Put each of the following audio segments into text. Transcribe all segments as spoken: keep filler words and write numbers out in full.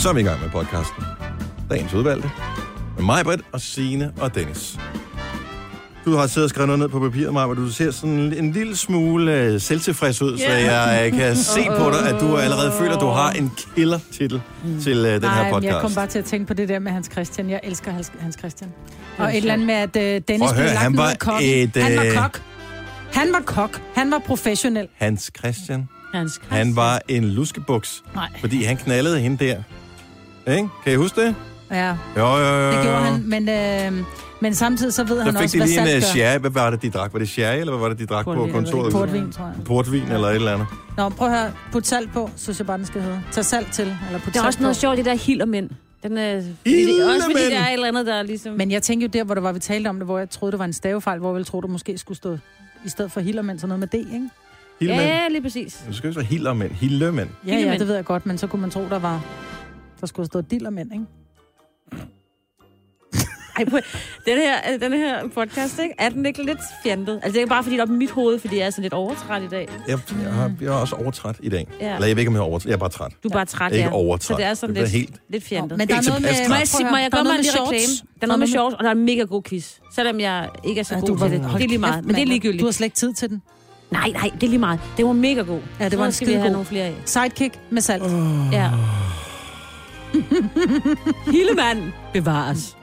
Så er vi i gang med podcasten. Dagens udvalgte. Med mig, Britt, og Signe og Dennis. Du har siddet og skrevet noget ned på papiret, Maja, og du ser sådan en lille smule uh, selvtilfreds ud, yeah. så jeg uh, kan se på dig, at du allerede føler, at du har en killer-titel mm. til uh, den Nej, her podcast. Jeg kom bare til at tænke på det der med Hans Christian. Jeg elsker Hans, Hans Christian. Og et eller andet med, at uh, Dennis blev lagt han ned var af kokken. et, Han var øh, kok. Han var kok. Han var professionel. Hans Christian. Hans Christian. Han var en luskebuks, Nej. fordi han knaldede hende der. Ikke? Kan I huske det? Ja, Jo, jo, jo. det gjorde han. Men, øh, men samtidig så ved Så han fik også, de hvad lige en salt uh, gør. sherry. Hvad var det, de drak? Var det sherry, eller hvad var det, de drak Portvin, på kontoret? Portvin, tror jeg. Portvin eller et eller andet. Nå, prøv at høre. Put salt på, synes jeg bare, den skal hedde. Tag salt til, eller put Der er salt også noget på. sjovt, det der hillermænd. Den er, det er Hillermænd! også fordi, der er et eller andet, der er ligesom... Men jeg tænkte jo der, hvor der var, vi talte om det, hvor jeg troede, det var en stavefejl, hvor jeg ville tro, du måske skulle stå i stedet for hillermænd, så noget med D, ikke? Hildemænd. Ja, lige præcis. Det skal jo være hillermænd. Hillemænd. Ja, ja, Hillermænd. det ved jeg godt, men så kunne man tro, der var... Der skulle stå dillermænd, ikke? Ej, på, den, her, den her podcast, ikke? Er den ikke lidt fjantet? Altså, det er bare fordi, der er på mit hoved, fordi jeg er sådan lidt overtræt i dag. Jeg, jeg, har, jeg er også overtræt i dag. Ja. Eller jeg ved ikke, om jeg er overtræt. Jeg er bare træt. Du er bare træt, Jeg er ja. ikke overtræt. Så det er sådan Det er lidt, helt- lidt fjantet. Men der er Helt noget med... tilpas Må træt. jeg, sige, Prøv må at jeg høre, komme der med en er lille noget med reklame? shorts. Der er noget med shorts, og der er en mega god quiz. Selvom jeg ikke er så Ja, god du var- til det. hold Det er lige meget, kæft, men det er mand. ligegyldigt. Du har slet ikke tid til den. Nej, nej, det er lige meget. Det var mega god. Ja, det var Så en skal vi skide have god. nogle flere af. Sidekick med salt. Ja. Hildemand bevares.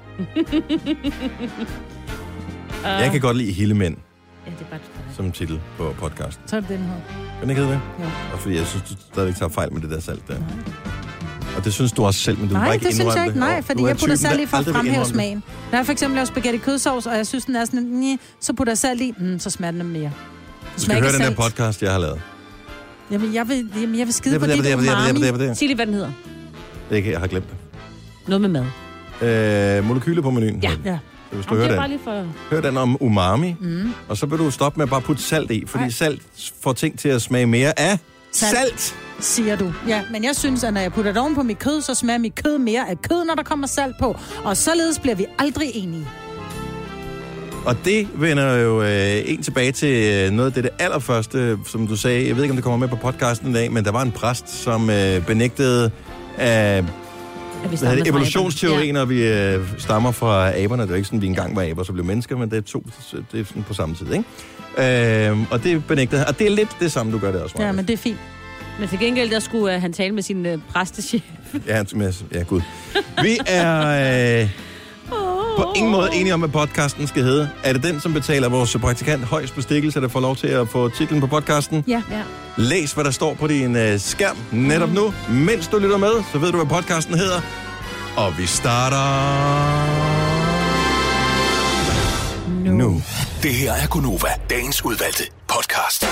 Jeg kan godt lide Hillemænd Ja, det er bare... som titel på podcasten. Så er det den her. Kan du ikke hedde det? Jo. Og fordi jeg synes, du stadigvæk tager fejl med det der salt der. Og det synes du også selv, men du vil Nej, bare det ikke synes indrømme jeg ikke. det. Nej, Og fordi du er jeg putter typen, salt der i for at aldrig vil fremhæve indrømme det. smagen. Når jeg for eksempel laver spaghetti kødsovs, og jeg synes, den er sådan lidt, "Nye", så putter jeg salt i, mm, så smager den mere. Du skal høre den her podcast, jeg har lavet. Jamen, jeg vil, jamen, jeg vil skide Det på er dit det, det er det, umami. det er det. Sig lige, hvad den hedder. Det er ikke, jeg har glemt det. Noget med mad. Øh, molekyler på menuen. Ja. Ja. Så hvis du Jamen, det hører er den, bare lige for... hør den om umami, Mm. og så vil du stoppe med at bare putte salt i, fordi Nej. salt får ting til at smage mere af Salt. salt. Siger du. Ja, men jeg synes, at når jeg putter det oven på mit kød, så smager mit kød mere af kød, når der kommer salt på. Og således bliver vi aldrig enige. Og det vender jo øh, en tilbage til øh, noget af det, det allerførste, som du sagde. Jeg ved ikke, om det kommer med på podcasten i dag, men der var en præst, som øh, benægtede af At vi hvad hedder det, stammer fra evolutionsteorien, aberne. når vi øh, stammer fra aberne. Det er jo ikke sådan, at vi engang var aber, så blev mennesker, men det er to, det er sådan på samme tid, ikke? Øh, og det benægtede, og det er lidt det samme, du gør det også, Ja, Maja. men det er fint. Men til gengæld, der skulle uh, han tale med sin uh, præstechef. Ja, med, ja, gud. Vi er øh, på ingen måde enige om, hvad podcasten skal hedde. Er det den, som betaler vores praktikant højst bestikkelse, der får lov til at få titlen på podcasten? Ja. Ja. Læs, hvad der står på din øh, skærm netop nu. Mens du lytter med, så ved du, hvad podcasten hedder. Og vi starter Nu. nu. Det her er Gunova, dagens udvalgte podcast.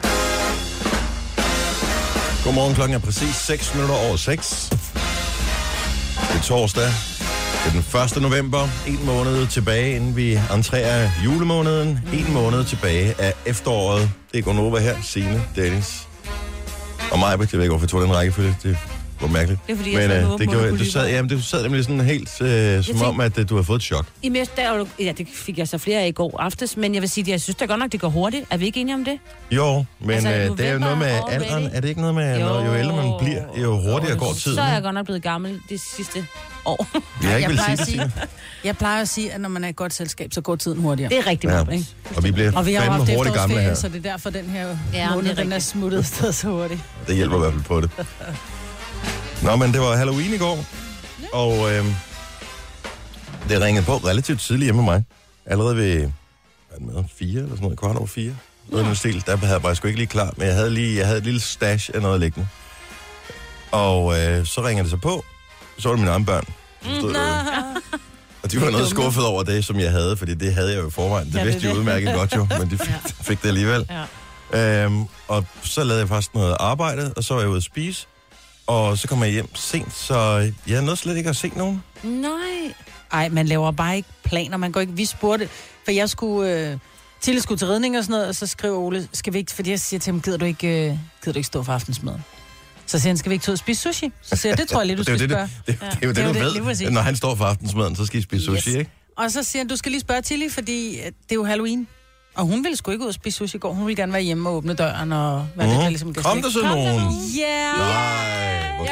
Godmorgen, klokken er præcis seks minutter over seks. Det er torsdag. Det er den første november. En måned tilbage, inden vi entrerer julemåneden. En måned tilbage af efteråret. Det er Gunova her. Signe, Dennis og mig. Jeg ved ikke, hvorfor jeg tog den rækkefølge. Det var mærkeligt. Det er fordi, jeg Men sad øh, med det åben gjorde, mund du og sad, jamen, du sad nemlig sådan helt øh, som tænkte- om, at øh, du har fået et chok. I mere, der, er jo- ja, det fik jeg så flere af i går aftes, men jeg vil sige, at jeg synes da godt nok, det går hurtigt. Er vi ikke enige om det? Jo, men Altså, altså, øh, det er jo noget med november already. alderen. Er det ikke noget med, jo, når, jo ældre man bliver, jo hurtigere går tiden? Så er jeg godt nok blevet gammel det sidste år. Jeg har ikke Jeg vil plejer sige at det, Signe. Jeg plejer at sige, at når man er i et godt selskab, så går tiden hurtigere. Det er rigtig Ja. meget, ikke? Og vi bliver Og vi har jo haft fandme hurtigt gamle her. efterårsferie, så det er derfor, den her Ja, måned, det er den er rigtigt. smuttet afsted så hurtigt. Det hjælper i hvert fald på det. Nå, men det var Halloween i går, og øh, det ringede på relativt tidligt hjemme med mig. Allerede ved, hvad er det med, fire eller sådan noget, kvart over fire. Noget i den stil, der havde jeg sgu ikke lige klar, men jeg havde lige, jeg havde et lille stash af noget liggende. Og øh, så ringer det så på, så var det mine egne børn. Forstod du? Og de var noget skuffet over det, som jeg havde, fordi det havde jeg jo i forvejen. Det Ja, det vidste er de det. udmærket godt jo, men de fik, fik det alligevel. Ja. Øhm, og så lavede jeg faktisk noget arbejde, og så var jeg ude at spise. Og så kom jeg hjem sent, så jeg nåede slet ikke at se nogen. Nej. Ej, man laver bare ikke planer. Man går ikke... Vi spurgte, for jeg skulle... Øh, Tilde skulle til redning og sådan noget, og så skriver Ole, skal vi ikke... Fordi jeg siger til ham, gider du ikke, øh, gider du ikke stå for aftensmaden? Så siger han, skal vi ikke tage ud og spise sushi? Så siger jeg, det tror jeg lidt, du det er skal jo spørge. det, det, det, det, er jo Det er det, jo du det, lige ved. præcis. Når han står for aftensmaden, så skal I spise sushi, Yes. ikke? Og så siger han, du skal lige spørge Tilly, fordi øh, det er jo Halloween. Og hun ville sgu ikke ud og spise sushi i går. Hun ville gerne være hjemme og åbne døren og hvad Mhm. det er ligesom. Kom der så nogen? Ja. Nej, hvor Jeg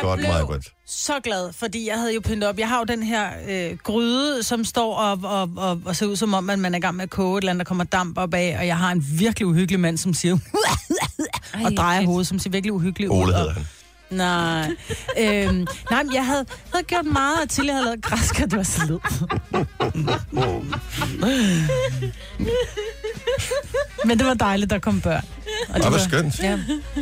godt, blev Maj-Brit. så glad, fordi jeg havde jo pyntet op. Jeg har jo den her øh, gryde, som står og, og, og, og ser ud som om, at man er i gang med at koge et eller andet, der kommer damp op af, og jeg har en virkelig uhyggelig mand, som siger Ej, og drejer hovedet, som ser virkelig uhyggelig ud. Ole hedder han. Nej. øhm, nej, men jeg havde, havde gjort meget, og til jeg havde lavet græskar, det var så led. Men det var dejligt, der kom børn. Og det var var skønt. Ja.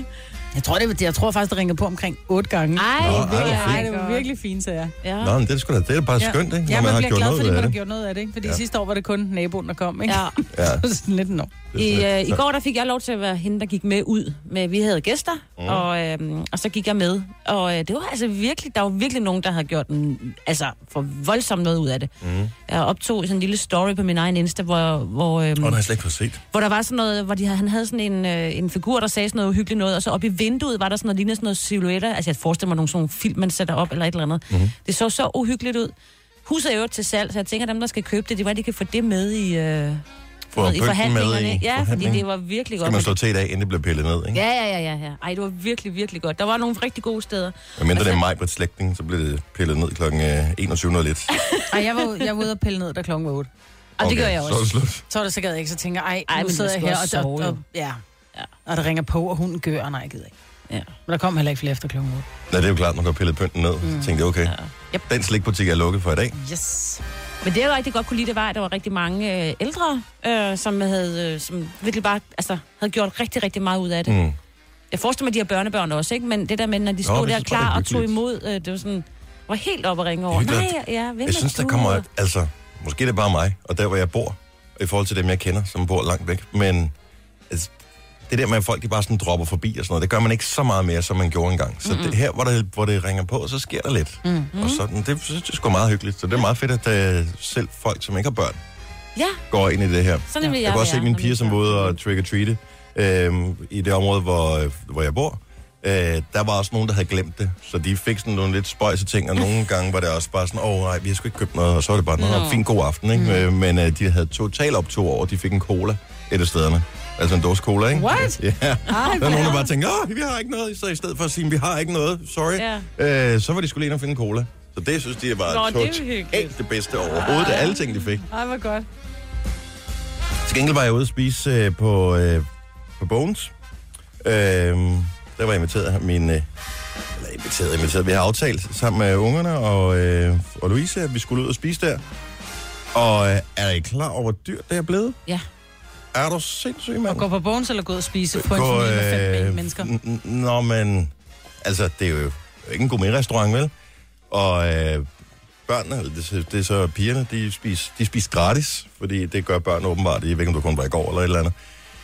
Jeg tror, det var, jeg tror faktisk, det ringede på omkring otte gange. Ej, Nå, det, ej, er, hvor Ej, det var virkelig fint, så jeg. Ja. Nå, men det er, sgu da, det er bare skønt, ikke? Når Ja, man man har bliver gjort glad, noget fordi ud af man har det. gjort noget af det, ikke? Fordi Ja. sidste år var det kun naboen, der kom, ikke? Ja. Ja. sådan lidt nå. I, øh, I går der fik jeg lov til at være hende, der gik med ud. Med, vi havde gæster, mm. og, øh, og så gik jeg med. Og øh, det var altså virkelig, der var virkelig nogen, der havde gjort en, altså, for voldsomt noget ud af det. Mm. Jeg optog sådan en lille story på min egen Insta, hvor... hvor øh, Åh, oh, har jeg slet ikke fået set. Hvor der var sådan noget, hvor de havde, han havde sådan en, øh, en figur, der sagde sådan noget uhyggeligt noget, og så oppe i vinduet var der sådan noget, lignende sådan noget silhuetter. Altså jeg forestiller mig nogle sådan nogle film, man sætter op eller et eller andet. Mm-hmm. Det så så uhyggeligt ud. Huset er jo til salg, så jeg tænker, at dem, der skal købe det, det var, de kan få det med i, øh, Få i forhandlingerne. med i ja, fordi det var virkelig godt. Skal man slå til i dag, inden det bliver pillet ned, ikke? Ja, ja, ja, ja, ja. Ej, det var virkelig, virkelig godt. Der var nogle rigtig gode steder. Men mindre det er Maj-Brits slægtning, så bliver det pillet ned klokken enogtyve nul et. Ej, jeg var, jeg var ude og pille ned, da klokken var otte. Og okay, det gør jeg også. Så er det slut. Så var det så gad jeg ikke, så tænker jeg, ej, Ej, nu men sidder du jeg skal her, også og, sove, og, og, jo. ja. Ja. og der ringer på, og hunden gør, og nej, jeg gider ikke. Ja. Men der kom heller ikke flere efter klokken otte. Nej, det er jo klart, når du har pillet pynten ned. Mm. Så tænkte jeg, okay, Ja. Yep. den slikbutik er lukket for i dag. Yes. Men det, jeg rigtig godt kunne lide, det var, at der var rigtig mange øh, ældre, øh, som havde øh, som virkelig bare altså, havde gjort rigtig, rigtig meget ud af det. Mm. Jeg forestiller mig, de her børnebørn også, ikke? Men det der med, når de stod Nå, det der synes jeg bare, klar det er og tog hyggeligt. imod, øh, det var sådan, var helt op at ringe over. Hyggeligt. Nej, ja, hvem Jeg er synes, du? der kommer, et- altså, måske det er bare mig, og der, hvor jeg bor, i forhold til dem, jeg kender, som bor langt væk. Men altså, det der med, at folk de bare sådan dropper forbi og sådan noget, det gør man ikke så meget mere, som man gjorde engang. Så Mm-mm. det, her, hvor det, hvor det ringer på, så sker der lidt. Mm. Og sådan, det synes jeg er sgu meget hyggeligt. Så det er meget fedt, at uh, selv folk, som ikke har børn, Ja, går ind i det her. sådan vil jeg Jeg kan også se være, mine når vi piger, som er var ude sammen. og trick-or-treate øhm, i det område, hvor, hvor jeg bor. Øh, der var også nogen, der havde glemt det, så de fik sådan nogle lidt spøjse ting, og nogle gange var det også bare sådan, åh oh, nej, vi har sgu ikke købt noget, og så var det bare noget, Nå. fin god aften, ikke? Mm. Men øh, de havde totalt optog over, de fik en cola et af stederne. Altså en dåse cola, ikke? What? Ja. Ej, Der var nogen, der hvor- bare tænkte, åh, vi har ikke noget, så i stedet for at sige, vi har ikke noget, sorry, Ja. øh, så var de skulle ind og finde en cola. Så det synes de var Nå, det er jo totalt hyggeligt. det bedste overhovedet af alle ting, de fik. Ej, hvor godt. Til gengæld var jeg ude at spise øh, på, øh, på Bones. Øh, der var jeg inviteret af min... Øh, eller inviteret, inviteret. Vi har aftalt sammen med ungerne og, øh, og Louise, at vi skulle ud og spise der. Og øh, er I klar over, hvor dyrt det er blevet? Ja. Er du sindssyg, mand? Og gå på Bones eller gå ud og spise på en Gå, familie med fem øh, mennesker? n- n- Nå, men... Altså, det er jo ikke en gourmet-restaurant, vel? Og øh, børnene, eller det, det er så pigerne, de spiser, de spiser gratis, fordi det gør børn åbenbart. Jeg ved ikke, om du kun var i går eller et eller andet.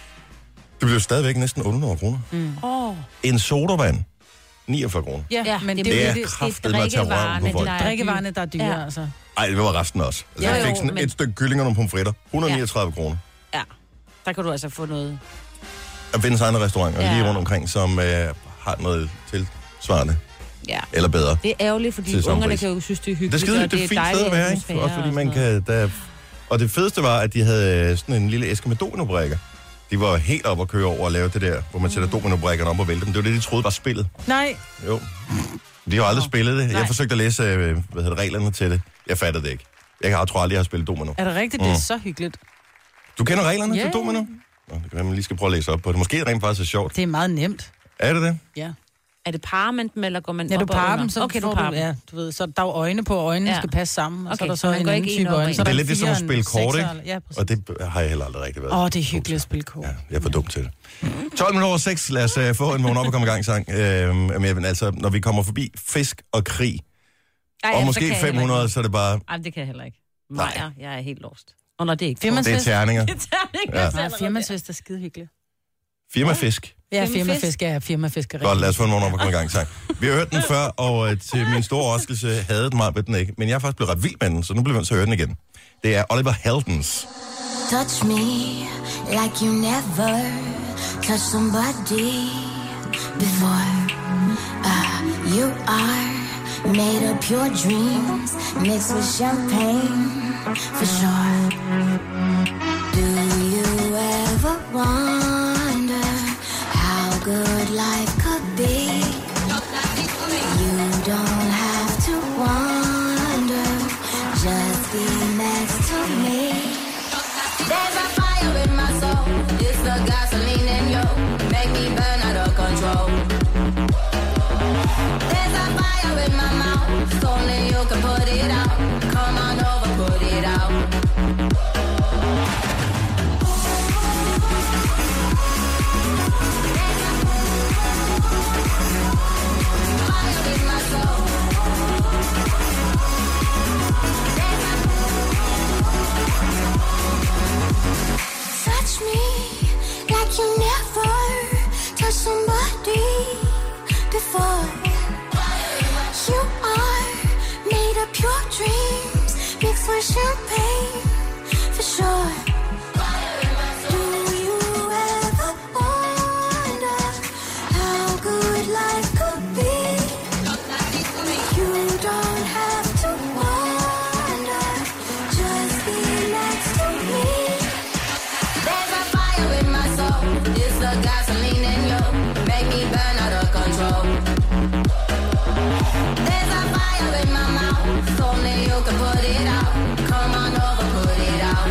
Det blev stadigvæk næsten otte hundrede kroner. Mm. Åh, oh, En sodavand, niogfyrre kroner. Ja, Ja, men det det, Det er er jo det. kraftedeme at tage røven på folk. der er Drikkevarerne, der er dyre, Ja. altså. Ej, det var resten også. Altså, Jo, jeg fik jo, sådan men- et stykke kylling og nogle pomfritter. et hundrede og niogtredive ja. kroner. Ja, der kan du altså få noget. Der findes andre restauranter Ja. lige rundt omkring, som øh, har noget tilsvarende Ja, eller bedre. det er ærgerligt, fordi Til samme ungerne pris. kan jo synes, det er Det er hyggeligt. skide, og det er fint dejlig sted at være, ikke? atmosfære Også fordi og man sådan noget. kan... Der... Og det fedeste var, at de havde øh, sådan en lille æske med dominobrikker. De var helt op at køre over og lave det der, hvor man sætter dominobrikkerne op og vælter dem. Det var det, de troede var spillet. Nej, Jo. De har aldrig spillet det. Nej. Jeg forsøgte at læse øh, hvad hedder det, reglerne til det. Jeg fattede det ikke. Jeg har tror aldrig, jeg har spillet domino. er det rigtigt? Det er så hyggeligt. Du kender reglerne Ja. til domino? Nå, det kan være, man lige skal prøve at læse op på det. Måske rent faktisk er sjovt. Det er meget nemt. Er det det? Ja. Er det parer man dem, eller går man Ja, du op og parer under? dem, så okay, får du parer du, dem. ja, du ved, så der er jo øjne på, og øjnene Ja. skal passe sammen, og Okay, så er der så så man en går anden ikke type en op øjne. ad Så Det er er der lidt ligesom at fire, spille en kort, sekser, ikke? Ja, præcis. Og det har jeg heller aldrig rigtig været. Åh, oh, det er hyggeligt at spille kort. Ja, jeg er for dum til det. tolv minutter over seks. Lad os uh, få en vågen op og komme i gang sang. Uh, men altså, når vi kommer forbi fisk og krig, Ej, og jamen, så måske kan jeg heller fem hundrede, ikke. så er det bare... Ej, det kan jeg heller ikke. Nej. Nej, jeg er helt lost. Og når det er ikke Firmas- Det er terninger. Det er ikke. Ja. Nej, firmasfest er skide hyggeligt. Firmafisk. Ja, Firmafisk. firmafisk er firmafiskeri. Godt, lad os få en vågen op og komme i gang sang. Vi har hørt den før, og uh, til min store overraskelse havde den meget ved den ikke. Men jeg er faktisk blevet ret vild med den, så nu bliver vi nødt til at høre den igen. Det er Oliver Heldens. Touch me like you never touched somebody before. Uh, you are made of pure dreams mixed with champagne for sure. Do you ever wonder how good life could be? You make me burn out of control. There's a fire in my mouth, only you can put it out. Come on over, put it out. Fire in my soul. Touch me like you never touched somebody before. You are made of pure dreams, mixed with champagne, for sure. Do you ever wonder how good life could be? You don't have to wonder, just be next to me. There's a fire in my soul, it's the gasoline in you, make me burn out of control. There's a fire in my mouth, only you can put it out. Come on over, put it out.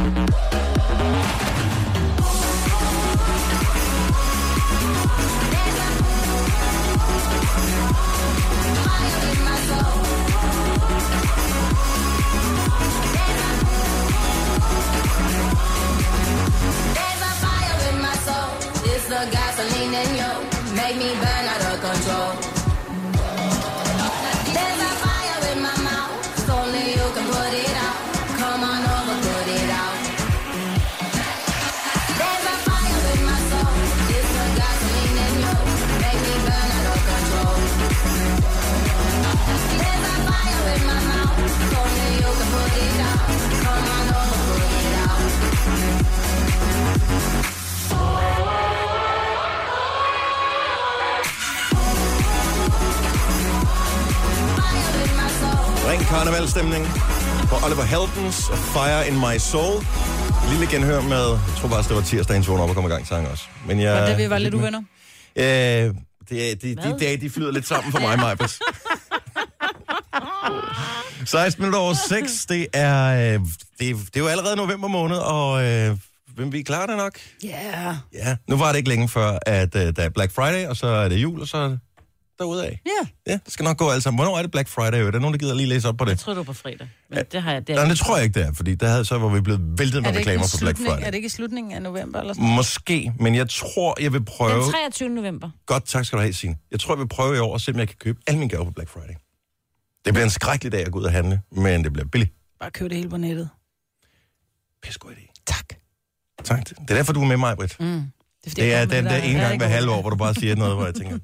There's a fire in my soul. There's a, there's a fire in my soul, it's the gasoline in you, make me burn out of control. There's a fire in my mouth, only you can put it out. Come on over, put it out. There's a fire in my soul, it's the gasoline in you, make me burn out of control. There's a fire in my mouth, only you can put it out. Come on over, put it out. Ren karnevalstemning på Oliver Heldens og Fire in My Soul. Lille genhør med, jeg tror bare, det var tirsdagens vågen op og kom i gang sang også. Men jeg, Var det, vi var lidt uvenner? Øh, det, de, de, de dage, de flyder lidt sammen for mig, Majbert. seksten minutter over seks, det er, øh, det, det er jo allerede november måned, og øh, hvem vi klarer det nok? Ja. Yeah. Ja, nu var det ikke længe før, at øh, der er Black Friday, og så er det jul, og så er det derudad. Ja. Ja, det skal nok gå alle sammen. Hvornår er det Black Friday? Er der nogen, der gider lige læse op på det? Jeg tror, det var på fredag. Men det har jeg... Det, Nej, det tror jeg ikke, det er, fordi der havde, så var vi blevet væltet med reklamer på Black Friday. Er det ikke i slutningen af november eller sådan? Måske, men jeg tror, jeg vil prøve... Den treogtyvende november. Godt, tak skal du have, Signe. Jeg tror, jeg vil prøve i år at se, om jeg kan købe alle mine gaver på Black Friday. Det bliver en skrækkelig dag at gå ud og handle, men det bliver billigt. Bare køb det hele på nettet. Pissegod idé. Tak. Tak. Det er derfor, du er med mig, Britt. Mm. Det er, det er den der ene gang hver halve år, hvor du bare siger noget, hvor jeg tænker...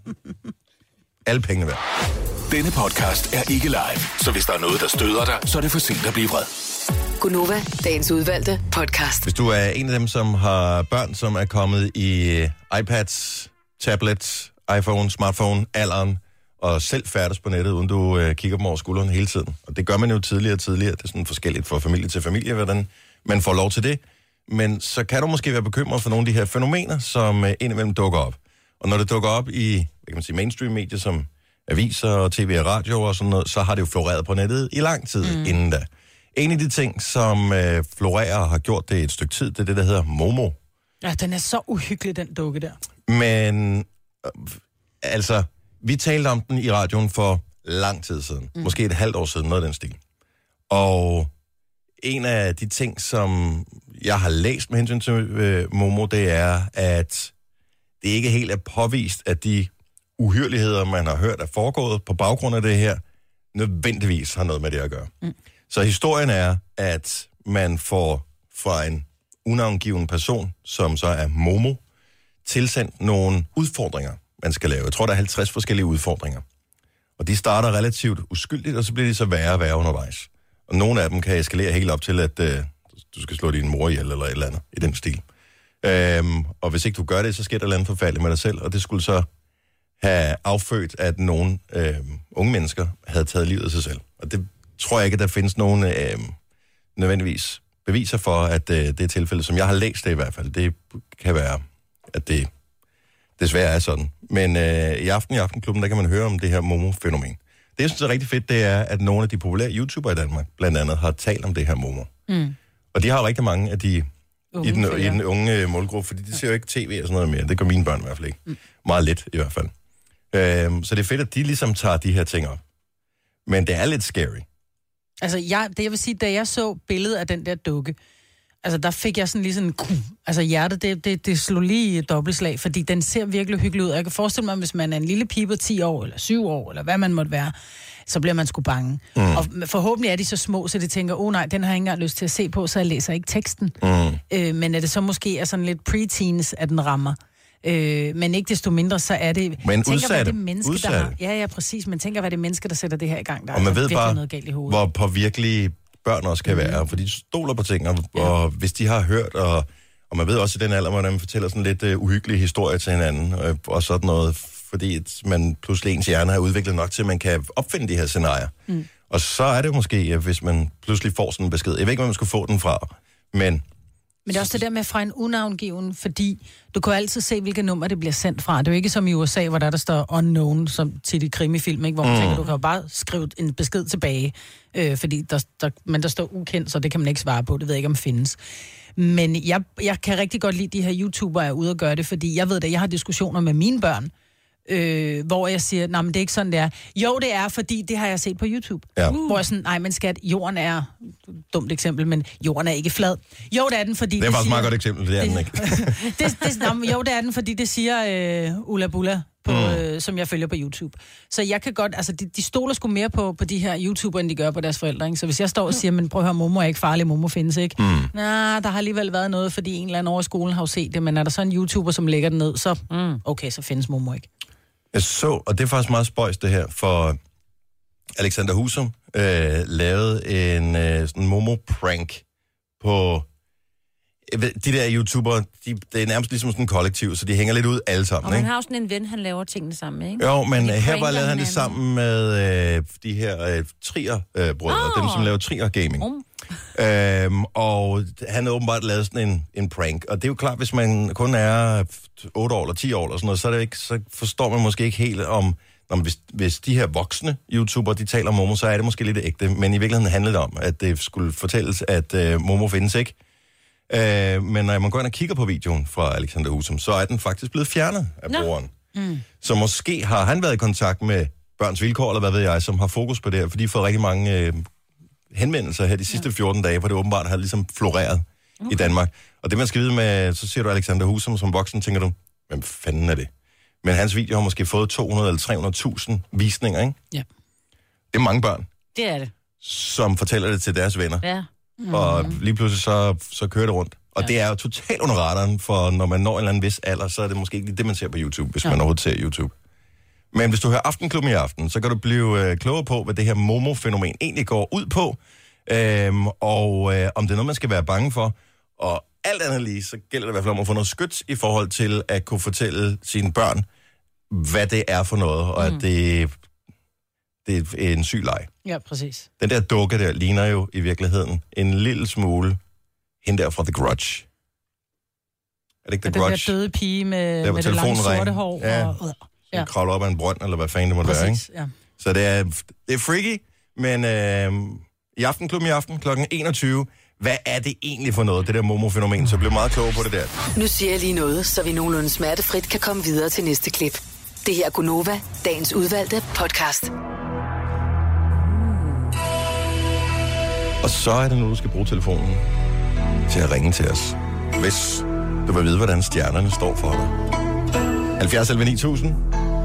Alle pengene værd. Denne podcast er ikke live, så hvis der er noget, der støder dig, så er det for sent at blive vred. Gunova, dagens udvalgte podcast. Hvis du er en af dem, som har børn, som er kommet i iPads, tablets, iPhone, smartphone, alderen, og selv færdes på nettet, uden du øh, kigger dem over skulderen hele tiden. Og det gør man jo tidligere og tidligere. Det er sådan forskelligt fra familie til familie, hvordan man får lov til det. Men så kan du måske være bekymret for nogle af de her fænomener, som øh, indimellem dukker op. Og når det dukker op i, hvad kan man sige, mainstream-medier som aviser og tv og radio og sådan noget, så har det jo floreret på nettet i lang tid mm. inden da. En af de ting, som øh, florerer og har gjort det et stykke tid, det er det, der hedder Momo. Ja, den er så uhyggelig, den dukke der. Men, øh, altså, vi talte om den i radioen for lang tid siden. Mm. Måske et halvt år siden, noget af den stil. Og en af de ting, som jeg har læst med hensyn til øh, Momo, det er, at det ikke helt er påvist, at de uhyrligheder, man har hørt er foregået på baggrund af det her, nødvendigvis har noget med det at gøre. Mm. Så historien er, at man får fra en unavngiven person, som så er Momo, tilsendt nogle udfordringer, man skal lave. Jeg tror, der er halvtreds forskellige udfordringer. Og de starter relativt uskyldigt, og så bliver de så værre og værre undervejs. Og nogle af dem kan eskalere helt op til, at øh, du skal slå din mor ihjel eller et eller andet i den stil. Øhm, og hvis ikke du gør det, så sker der noget forfærdeligt med dig selv, og det skulle så have affødt, at nogle øh, unge mennesker havde taget livet af sig selv. Og det tror jeg ikke, at der findes nogen øh, nødvendigvis beviser for, at øh, det er tilfældet, som jeg har læst det i hvert fald. Det kan være, at det desværre er sådan. Men øh, i Aften i Aftenklubben, der kan man høre om det her Momo-fænomen. Det, jeg synes er rigtig fedt, det er, at nogle af de populære YouTubere i Danmark, blandt andet, har talt om det her Momo. Mm. Og de har rigtig mange af de Unge I den, følger. I den unge målgruppe, fordi de ser jo ikke tv og sådan noget mere. Det gør mine børn i hvert fald ikke. Mm. Meget lidt i hvert fald. Øhm, så det er fedt, at de ligesom tager de her ting op. Men det er lidt scary. Altså, jeg, det jeg vil sige, da jeg så billedet af den der dukke, altså, der fik jeg sådan lige sådan, altså hjertet, det, det, det slog lige i et dobbeltslag, fordi den ser virkelig hyggelig ud. Jeg kan forestille mig, hvis man er en lille pige på ti år, eller syv år, eller hvad man måtte være, så bliver man sgu bange. Mm. Og forhåbentlig er de så små, så de tænker, åh oh, nej, den har jeg ikke engang lyst til at se på, så jeg læser ikke teksten. Mm. Øh, men er det så måske er sådan lidt pre-teens, at den rammer? Øh, men ikke desto mindre, så er det... Men tænker, udsatte. hvad det menneske, udsatte. Der har, ja, ja, præcis. Men tænker, hvad det menneske, der sætter det her i gang, der og man er ved virkelig bare, noget galt i hovedet. hvor påvirkelige børn også kan være, fordi de stoler på ting, og, ja. og hvis de har hørt, og, og man ved også i den alder, hvordan man fortæller sådan lidt uh, uhyggelige historier til hinanden, og, og sådan noget, fordi at man pludselig ens hjerne har udviklet nok til, at man kan opfinde de her scenarier. Mm. Og så er det måske, at hvis man pludselig får sådan en besked, jeg ved ikke, hvor man skulle få den fra, men... Men det er også det der med fra en unavngiven, fordi du kan altid se, hvilket nummer det bliver sendt fra. Det er jo ikke som i U S A, hvor der, der står unknown, som til de krimifilm, ikke? Hvor man mm. tænker, du kan jo bare skrive en besked tilbage, øh, fordi der, der, men der står ukendt, så det kan man ikke svare på. Det ved jeg ikke, om findes. Men jeg, jeg kan rigtig godt lide, de her YouTubere er ude og gøre det, fordi jeg ved, at jeg har diskussioner med mine børn, Øh, hvor jeg siger, nej, men det er ikke sådan, det er. Jo, det er, fordi det har jeg set på YouTube. Ja. Uh. Hvor jeg sådan, nej, men skat, jorden er, dumt eksempel, men jorden er ikke flad. Jo, det er den, fordi det er faktisk siger, meget godt eksempel, det er det, den ikke. det, det, nej, jo, det er den, fordi det siger øh, Ulla Bulla, på, mm. øh, som jeg følger på YouTube. Så jeg kan godt, altså de, de stoler sgu mere på, på de her YouTubere, end de gør på deres forældre, ikke? Så hvis jeg står og siger, men prøv at høre, Momo er ikke farlig, Momo findes ikke. Mm. Nej, der har alligevel været noget, fordi en eller anden over i skolen har jo set det, men er der så en YouTuber, som lægger den ned, så mm. okay, så findes Momo ikke. Jeg så, og det er faktisk meget spøjs det her, for Alexander Husum øh, lavede en øh, sådan Momo-prank på de der YouTubere, de, det er nærmest ligesom sådan en kollektiv, så de hænger lidt ud alle sammen, og ikke? han har jo sådan en ven, han laver tingene sammen med, ikke? Jo, men de her var lavede han det hinanden. sammen med øh, de her øh, Trier-brødre, øh, oh. dem som laver Trier-gaming. Um. Øhm, og han har åbenbart lavet sådan en, en prank, og det er jo klart, hvis man kun er otte år eller ti år eller sådan noget, så, er det ikke, så forstår man måske ikke helt om, om hvis, hvis de her voksne YouTubere, de taler om Momo, så er det måske lidt ægte, men i virkeligheden handler det om, at det skulle fortælles, at øh, Momo findes ikke. Øh, men når man går ind og kigger på videoen fra Alexander Husum, så er den faktisk blevet fjernet af no. brugeren. Mm. Så måske har han været i kontakt med Børns Vilkår, eller hvad ved jeg, som har fokus på det her, for de har fået rigtig mange øh, henvendelser her de sidste fjorten dage, hvor det åbenbart har ligesom floreret okay. i Danmark. Og det man skal vide med, så ser du Alexander Husum som voksen, tænker du, hvem fanden er det? Men hans video har måske fået to hundrede eller tre hundrede tusind visninger, ikke? Ja. Det er mange børn. Det er det. Som fortæller det til deres venner. Ja. Mm. Og lige pludselig så, så kører det rundt. Og ja. det er jo totalt under radaren, for når man når en eller anden vis alder, så er det måske ikke det, man ser på YouTube, hvis ja. man overhovedet ser YouTube. Men hvis du hører Aftenklubben i aften, så kan du blive øh, klogere på, hvad det her Momo-fænomen egentlig går ud på, øhm, og øh, om det er noget, man skal være bange for. Og alt andet lige, så gælder det i hvert fald om at få noget skyts i forhold til at kunne fortælle sine børn, hvad det er for noget, og mm. at det, det er en syg leg. Ja, præcis. Den der dukke der ligner jo i virkeligheden en lille smule hende der fra The Grudge. Er det ikke The ja, Grudge? Den der døde pige med, der, med det lange sorte hår. Ja, og, som ja. kravler op af en brønd, eller hvad fanden det må præcis, være, ikke? Ja. Så det er, det er freaky, men øh, i Aftenklubben i aften klokken enogtyve, hvad er det egentlig for noget, det der Momo-fænomen? Så bliver meget klogere på det der. Nu siger jeg lige noget, så vi nogenlunde smertefrit kan komme videre til næste klip. Det her er Gunova, dagens udvalgte podcast. Og så er det nu, du skal bruge telefonen til at ringe til os, hvis du vil vide, hvordan stjernerne står for dig. halvfjerds elleve ni tusind.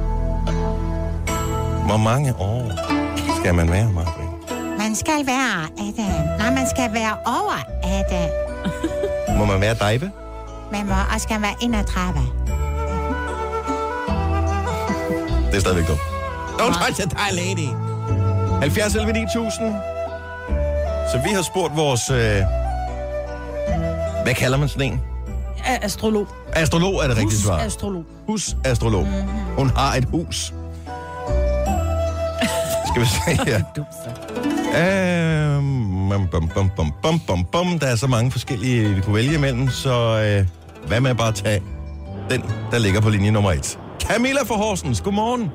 Hvor mange år skal man være, Martin? Man skal være atten. Nej, man skal være over atten. Må man være dejbe? Man må også skal være enogtredive. Det er stadigvæk dumt. Don't touch a Thai lady. halvfjerds elleve ni tusind. Så vi har spurgt vores... Øh... Hvad kalder man sådan en? Astrolog. Astrolog er det rigtige svar. Astrolog. Husastrolog. Mm-hmm. Hun har et hus. Skal vi se her. Um, bum, bum, bum, bum, bum, bum. Der er så mange forskellige, vi kunne vælge imellem, så øh, hvad med at bare tage den, der ligger på linje nummer et. Camilla fra Horsens, godmorgen.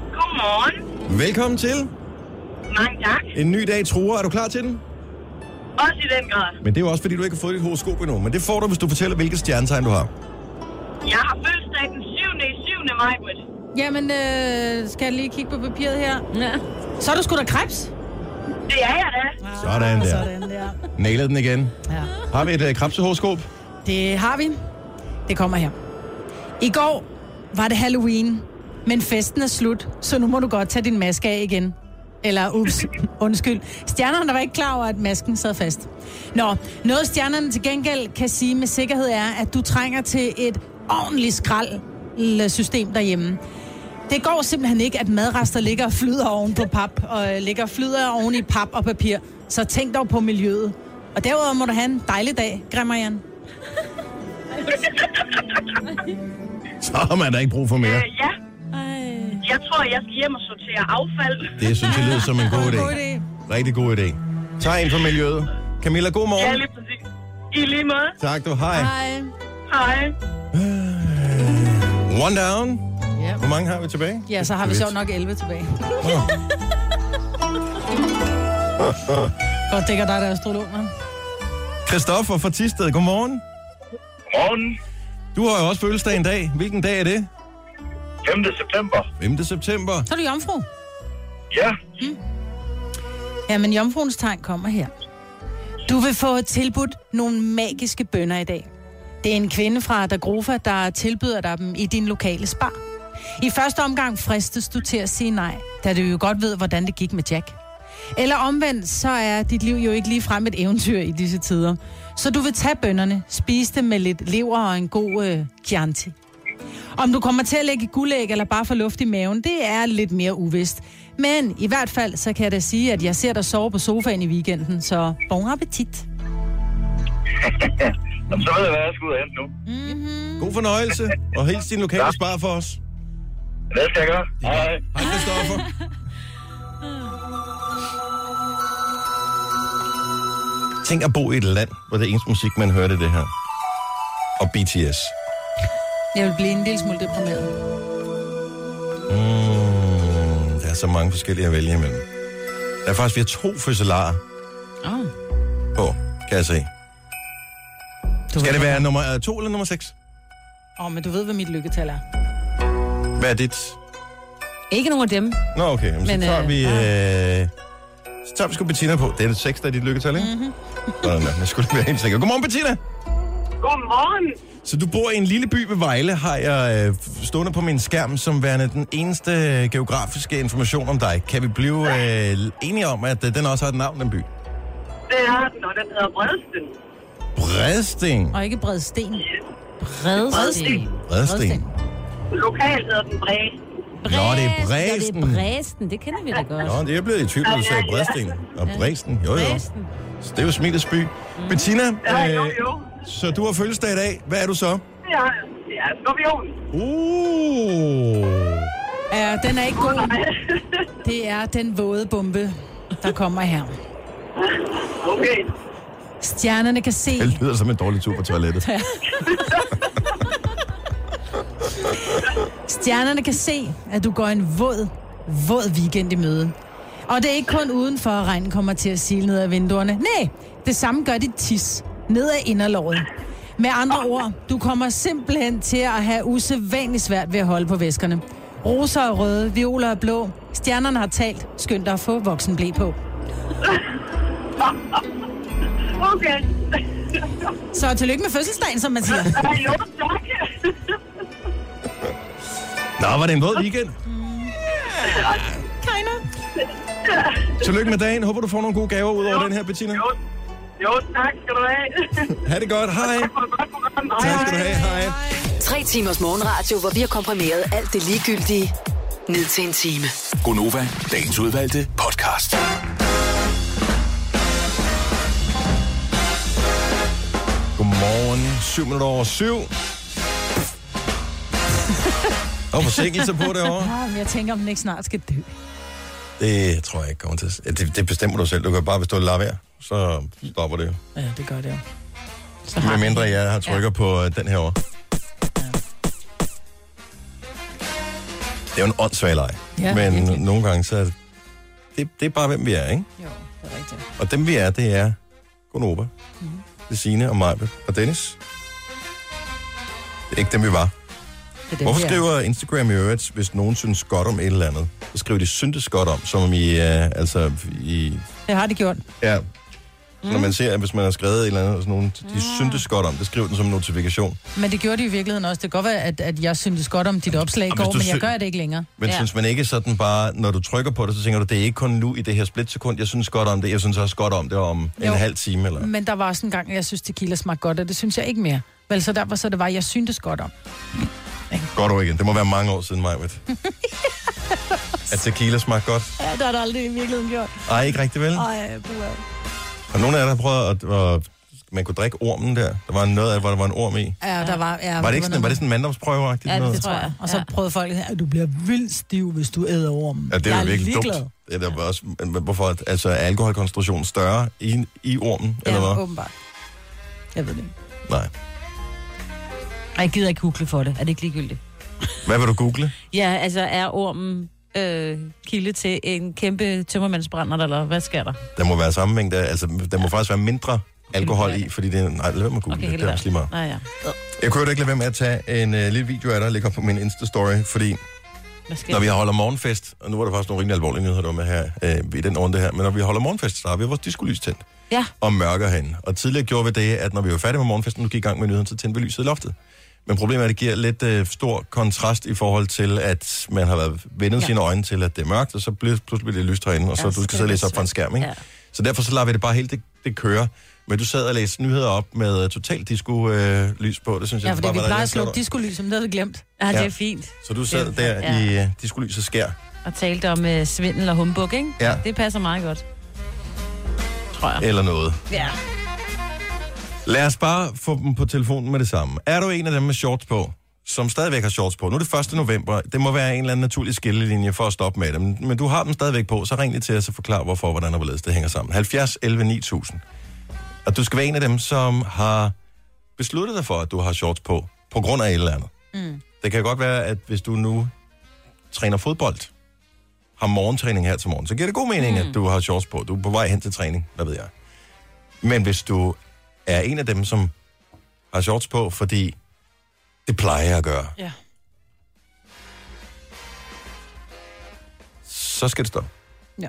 Godmorgen. Velkommen til. Mange tak. En ny dag truer. Er du klar til den? Også i den grad. Men det er jo også, fordi du ikke har fået dit horoskop endnu. Men det får du, hvis du fortæller, hvilket stjernetegn du har. Jeg har fødselsdag den syvende i syvende maj, Britt. Jamen, øh, skal jeg lige kigge på papiret her? Ja. Så er du sgu da krebs. Det er jeg da. Sådan der. Sådan der. Nailede den igen. Ja. Har vi et uh, krebsehoroskop? Det har vi. Det kommer her. I går var det Halloween, men festen er slut, så nu må du godt tage din maske af igen. Eller ups, undskyld. Stjernerne var ikke klar over, at masken sad fast. Nå, noget stjernerne til gengæld kan sige med sikkerhed er, at du trænger til et ordentligt skraldsystem derhjemme. Det går simpelthen ikke, at madrester ligger og flyder oven på pap, og ligger og flyder oven i pap og papir. Så tænk dog på miljøet. Og derudover må du have en dejlig dag, Grimmerjan. Så har man da ikke brug for mere. Øh, ja. Jeg tror, jeg skal hjem og sortere affald. Det synes jeg lyder som en god idé. God idé. Rigtig god idé. Tag en for miljøet. Camilla, god morgen. Ja, lige præcis. I lige måde. Tak du. Hej. Hej. Hej. One down. Ja. Hvor mange har vi tilbage? Ja, så har vi sjovt nok elleve tilbage. Godt, det er dig, der er astrolog, man. Christoffer fra Thisted, godmorgen. Godmorgen. Du har jo også fødselsdag en dag. Hvilken dag er det? femte september. femte september. Så er du jomfru. Ja. Mm. Ja, men jomfruens tegn kommer her. Du vil få tilbudt nogle magiske bønner i dag. Det er en kvinde fra Dagrofa, der tilbyder dig dem i din lokale spar. I første omgang fristes du til at sige nej, da du jo godt ved, hvordan det gik med Jack. Eller omvendt, så er dit liv jo ikke ligefrem et eventyr i disse tider. Så du vil tage bønnerne, spise dem med lidt lever og en god øh, chianti. Om du kommer til at lægge guldæg eller bare få luft i maven, det er lidt mere uvist. Men i hvert fald, så kan jeg da sige, at jeg ser dig sove på sofaen i weekenden, så bon appetit. Jamen, så ved jeg, hvad jeg skal ud og hente nu. Mm-hmm. God fornøjelse, og hils din lokale spar for os. Det skal jeg gøre. Hej. Hej, Christoffer. Tænk at bo i et land, hvor det eneste musik, man hørte det her. Og B T S. Jeg vil blive en lille smule deprimeret. Mm, der er så mange forskellige at vælge imellem. Der er faktisk, vi har to fødselarer Oh. på, kan jeg se. Du Skal ved, det være nummer uh, to eller nummer seks? Åh, oh, men du ved, hvad mit lykketal er. Hvad er dit? Ikke nogen af dem. Nå, okay. Men, Men, så tager øh, vi... ja. Øh, så tager vi sgu Bettina på. Det er det seks, der er dit lykketal, ikke? Mm-hmm. Sådan, jeg skulle være helt sikker. Godmorgen, Bettina! Godmorgen. Så du bor i en lille by ved Vejle, har jeg øh, stående på min skærm, som værende den eneste øh, geografiske information om dig. Kan vi blive øh, enige om, at øh, den også har et navn, den by? Det er den, og den hedder Bredsten. Bredsten. Og ikke Bredsten. Bredsten. Bredsten. Lokalt hedder den Bredsten. Nå, det er Ja, Bredsten. det er Bredsten. Det kender vi da godt. Nå, det er blevet i tvivl, når du sagde Bredsten. Og Bredsten, jo jo. Bredsten. Så det er jo Smilets by. Mm. Bettina, Ja, jo, øh, jo. så du har fødselsdag i dag. Hvad er du så? Det er, det er skorpion. Uh. Ja, den er ikke god. Det er den våde bombe, der kommer her. Okay. Stjernerne kan se... Det lyder som en dårlig tur på toilettet. Stjernerne kan se, at du går en våd, våd weekend i møde. Og det er ikke kun udenfor, at regnen kommer til at sile ned ad vinduerne. Nej, det samme gør dit tis ned ad inderlåret. Med andre ord, du kommer simpelthen til at have usædvanligt svært ved at holde på væskerne. Roser er røde, violer er blå. Stjernerne har talt. Skynd dig at få voksenble på. Okay. Så tillykke med fødselsdagen, som man siger. Jo, tak. Nå, var det en våd weekend? Keiner. Tillykke med dagen. Håber, du får nogle gode gaver ud over den her, Bettina. Jo, jo, tak skal du have. Ha' det godt. Hej. Tak for et godt program. Hej, Tak skal du have. Hej. Tre timers morgenradio, hvor vi har komprimeret alt det ligegyldige ned til en time. Gonova, dagens udvalgte podcast. Godmorgen. Syv minutter over syv. Og forsinkelse på det over. Ja, men jeg tænker, om den ikke snart skal dø. Det tror jeg ikke kommer til. Det, det bestemmer du selv. Du kan bare, hvis du lader være, så stopper det jo. Ja, det gør det jo. Så Med har mindre vi- jeg har trykker ja. på uh, den her over. Ja. Det er jo en åndssvag leg. Ja, Men virkelig. nogle gange, så er det, det, det er bare, hvem vi er, ikke? Jo, det er rigtigt. Og dem vi er, det er Gonova. Mm-hmm. Det er Signe og Majbet og Dennis. Det er ikke dem, vi var. Det Hvorfor her. skriver Instagram i øvrigt, hvis nogen synes godt om et eller andet? Så skriver de syntes godt om, som i, uh, altså i... Det har de gjort. Ja. Så når man ser, at hvis man har skrevet et eller andet, og sådan nogen, de syntes godt om, det skriver den som en notifikation. Men det gjorde de i virkeligheden også. Det kan godt være, at, at jeg syntes godt om dit opslag i går, men jeg gør det ikke længere. Men ja. Synes man ikke sådan bare, når du trykker på det, så tænker du, det er ikke kun nu i det her splitsekund, jeg synes godt om det, jeg synes også godt om det om jo. En halv time, eller? Men der var også en gang, jeg synes, tequila smagte godt, og det synes jeg ikke mere. Vel, så derfor så det var, jeg syntes godt om. Godt over igen. Det må være mange år siden, Majbet. At tequila smagte godt? Ja, det har der aldrig i virkeligheden gjort. Ej, ikke rigtig vel? Ej, puha. Og nogle af jer, der prøvede, at, at man kunne drikke ormen der. Der var noget af, hvor der var en orm i. Ja, der var... Ja, var det ikke sådan, var det sådan en manddomsprøve-agtigt? Ja, noget? det tror jeg. Og så prøvede folk at du bliver vildt stiv, hvis du æder ormen. Ja, det er jo virkelig ligeglad. dumt. Ja, der var også, hvorfor? Altså, er alkoholkoncentrationen større i, i ormen, ja, eller hvad? Ja, åbenbart. Jeg ved det ikke. Nej. Ej, jeg gider ikke google for det. Er det ikke ligegyldigt? Hvad vil du google? Ja, altså er ormen øh, kilde til en kæmpe tømmermandsbrænder, eller hvad sker der? Der må være sammenhæng der. Altså, der må faktisk være mindre alkohol i, fordi det er... Nej, lad være med at google. Okay, det er også lige meget. Nej, ja. Jeg kunne jo ikke lade være med at tage en uh, lille video af dig og lægge op på min Insta-story, fordi når vi holder morgenfest, og nu var der faktisk nogle rimelig alvorlige nyheder, der var med her øh, i den runde her, men når vi holder morgenfest, så har vi vores diskolys tændt. Ja. Og mørker hen. Og tidligere gjorde vi det, at når vi var færdige med morgenfesten, nu gik i gang med nyheden, så tændte vi lyset i loftet. Men problemet er, at det giver lidt øh, stor kontrast i forhold til, at man har været vendet ja. Sine øjne til, at det er mørkt, og så bliver pludselig det lyst herinde, og så ja, du skal så læse op fra en skærm, ikke? Ja. Så derfor så lader vi det bare helt det, det køre. Men du sad og læste nyheder op med totalt disco-lys øh, på, det synes jeg... Ja, fordi bare, vi plejer at slå disco-lys, som det havde vi glemt. Ja, det er fint. Så du sad der ja. i uh, disco-lysets skær. Og talte om uh, svindel og humbug, ikke? Ja. Det passer meget godt. Tror jeg. Eller noget. Ja. Lad os bare få dem på telefonen med det samme. Er du en af dem med shorts på, som stadigvæk har shorts på? Nu er det første november. Det må være en eller anden naturlig skillelinje for at stoppe med dem. Men du har dem stadigvæk på, så ring lige til os og forklare, hvorfor, hvordan og hvorledes det hænger sammen. halvfjerds elleve ni tusind. Og du skal være en af dem, som har besluttet dig for, at du har shorts på, på grund af et eller andet. Mm. Det kan godt være, at hvis du nu træner fodbold, har morgentræning her til morgen, så giver det god mening, mm. at du har shorts på. Du er på vej hen til træning, hvad ved jeg. Men hvis du er en af dem, som har shorts på, fordi det plejer jeg at gøre, ja. Så skal det stoppe. Ja.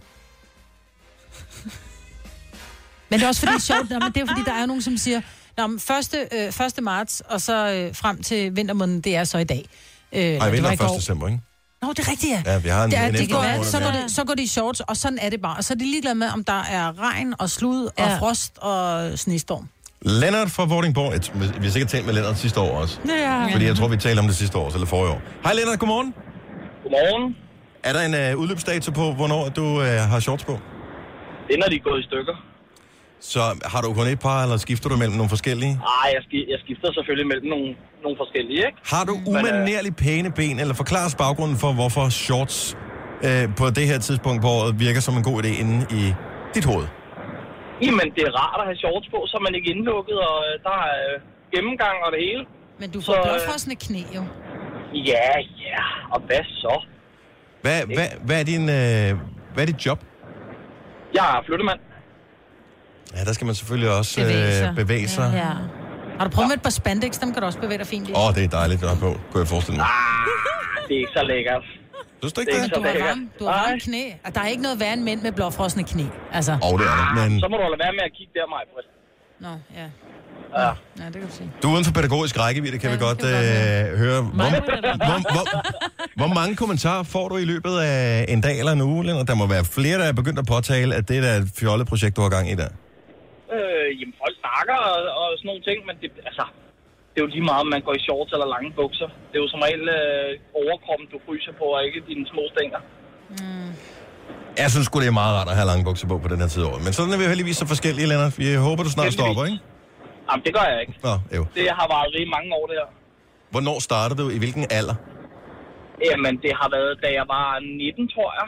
Men det er også fordi, sjovt, men det er fordi, der er nogen, som siger, første, øh, første marts, og så øh, frem til vintermåneden, det er så i dag. Øh, Nej, vinter er første december, ikke? Nå, det er rigtigt, ja. Ja, vi har en, det er, en det efterår. Så går, det, så går det i shorts, og sådan er det bare. Og så er de ligeglade med, om der er regn og slud og ja. Frost og snestorm. Lennart fra Vordingborg. Vi har sikkert talt med Lennart sidste år også. Ja. Fordi jeg tror, vi talte om det sidste år, eller forrige år. Hej Lennart, godmorgen. Godmorgen. Er der en uh, udløbsdato på, hvornår du uh, har shorts på? Det er, når de er gået i stykker. Så har du kun et par, eller skifter du mellem nogle forskellige? Nej, jeg, sk- jeg skifter selvfølgelig mellem nogle, nogle forskellige, ikke? Har du umanerligt pæne ben, eller forklares baggrunden for, hvorfor shorts øh, på det her tidspunkt på året virker som en god idé inde i dit hoved? Jamen, det er rart at have shorts på, så er man ikke indlukket, og øh, der er øh, gennemgang og det hele. Men du får blåfrosne knæ, jo. Ja, ja. Og hvad så? Hvad, hvad, hvad, er, din, øh, hvad er dit job? Jeg er flyttemand. Ja, der skal man selvfølgelig også bevæge sig. Øh, bevæge sig. Ja. Ja. Har du prøvet med et par spandex? Dem kan du også bevæge dig fint i. Åh, oh, det er dejligt at have på, kunne jeg forestille mig. Ah, det er ikke så lækkert. Synes du ikke det? det? Du har varme, du har varme knæ. Og der er ikke noget værre end mænd med blåfrosne knæ. Altså. Åh, oh, det er det, men... Så må du holde være med at kigge der, mig, forresten. Nå, ja. Ja. Ja, det kan du sige. Du er uden for pædagogisk rækkevidde, kan ja, vi godt øh, høre. Hvor, hvor, hvor, hvor mange kommentarer får du i løbet af en dag eller en uge, Lennart? Der må være flere, der er begyndt at påtale, at det er et fjollet projekt, du har gang i der. Øh, jamen, folk snakker og, og sådan nogle ting, men det, altså, det er jo lige meget, om man går i shorts eller lange bukser. Det er jo som regel øh, overkroppen, du fryser på, og ikke dine små stænger. Mm. Jeg synes sgu, det er meget rart at have lange bukser på på den her tid af året. Men sådan er vi heldigvis så forskellige, Lennart. Vi håber, du snart stopper, ikke? Jamen, det gør jeg ikke. Nå, jo. Det har varet rigtig mange år, det her. Hvornår startede du? I hvilken alder? Jamen, det har været, da jeg var nitten, tror jeg.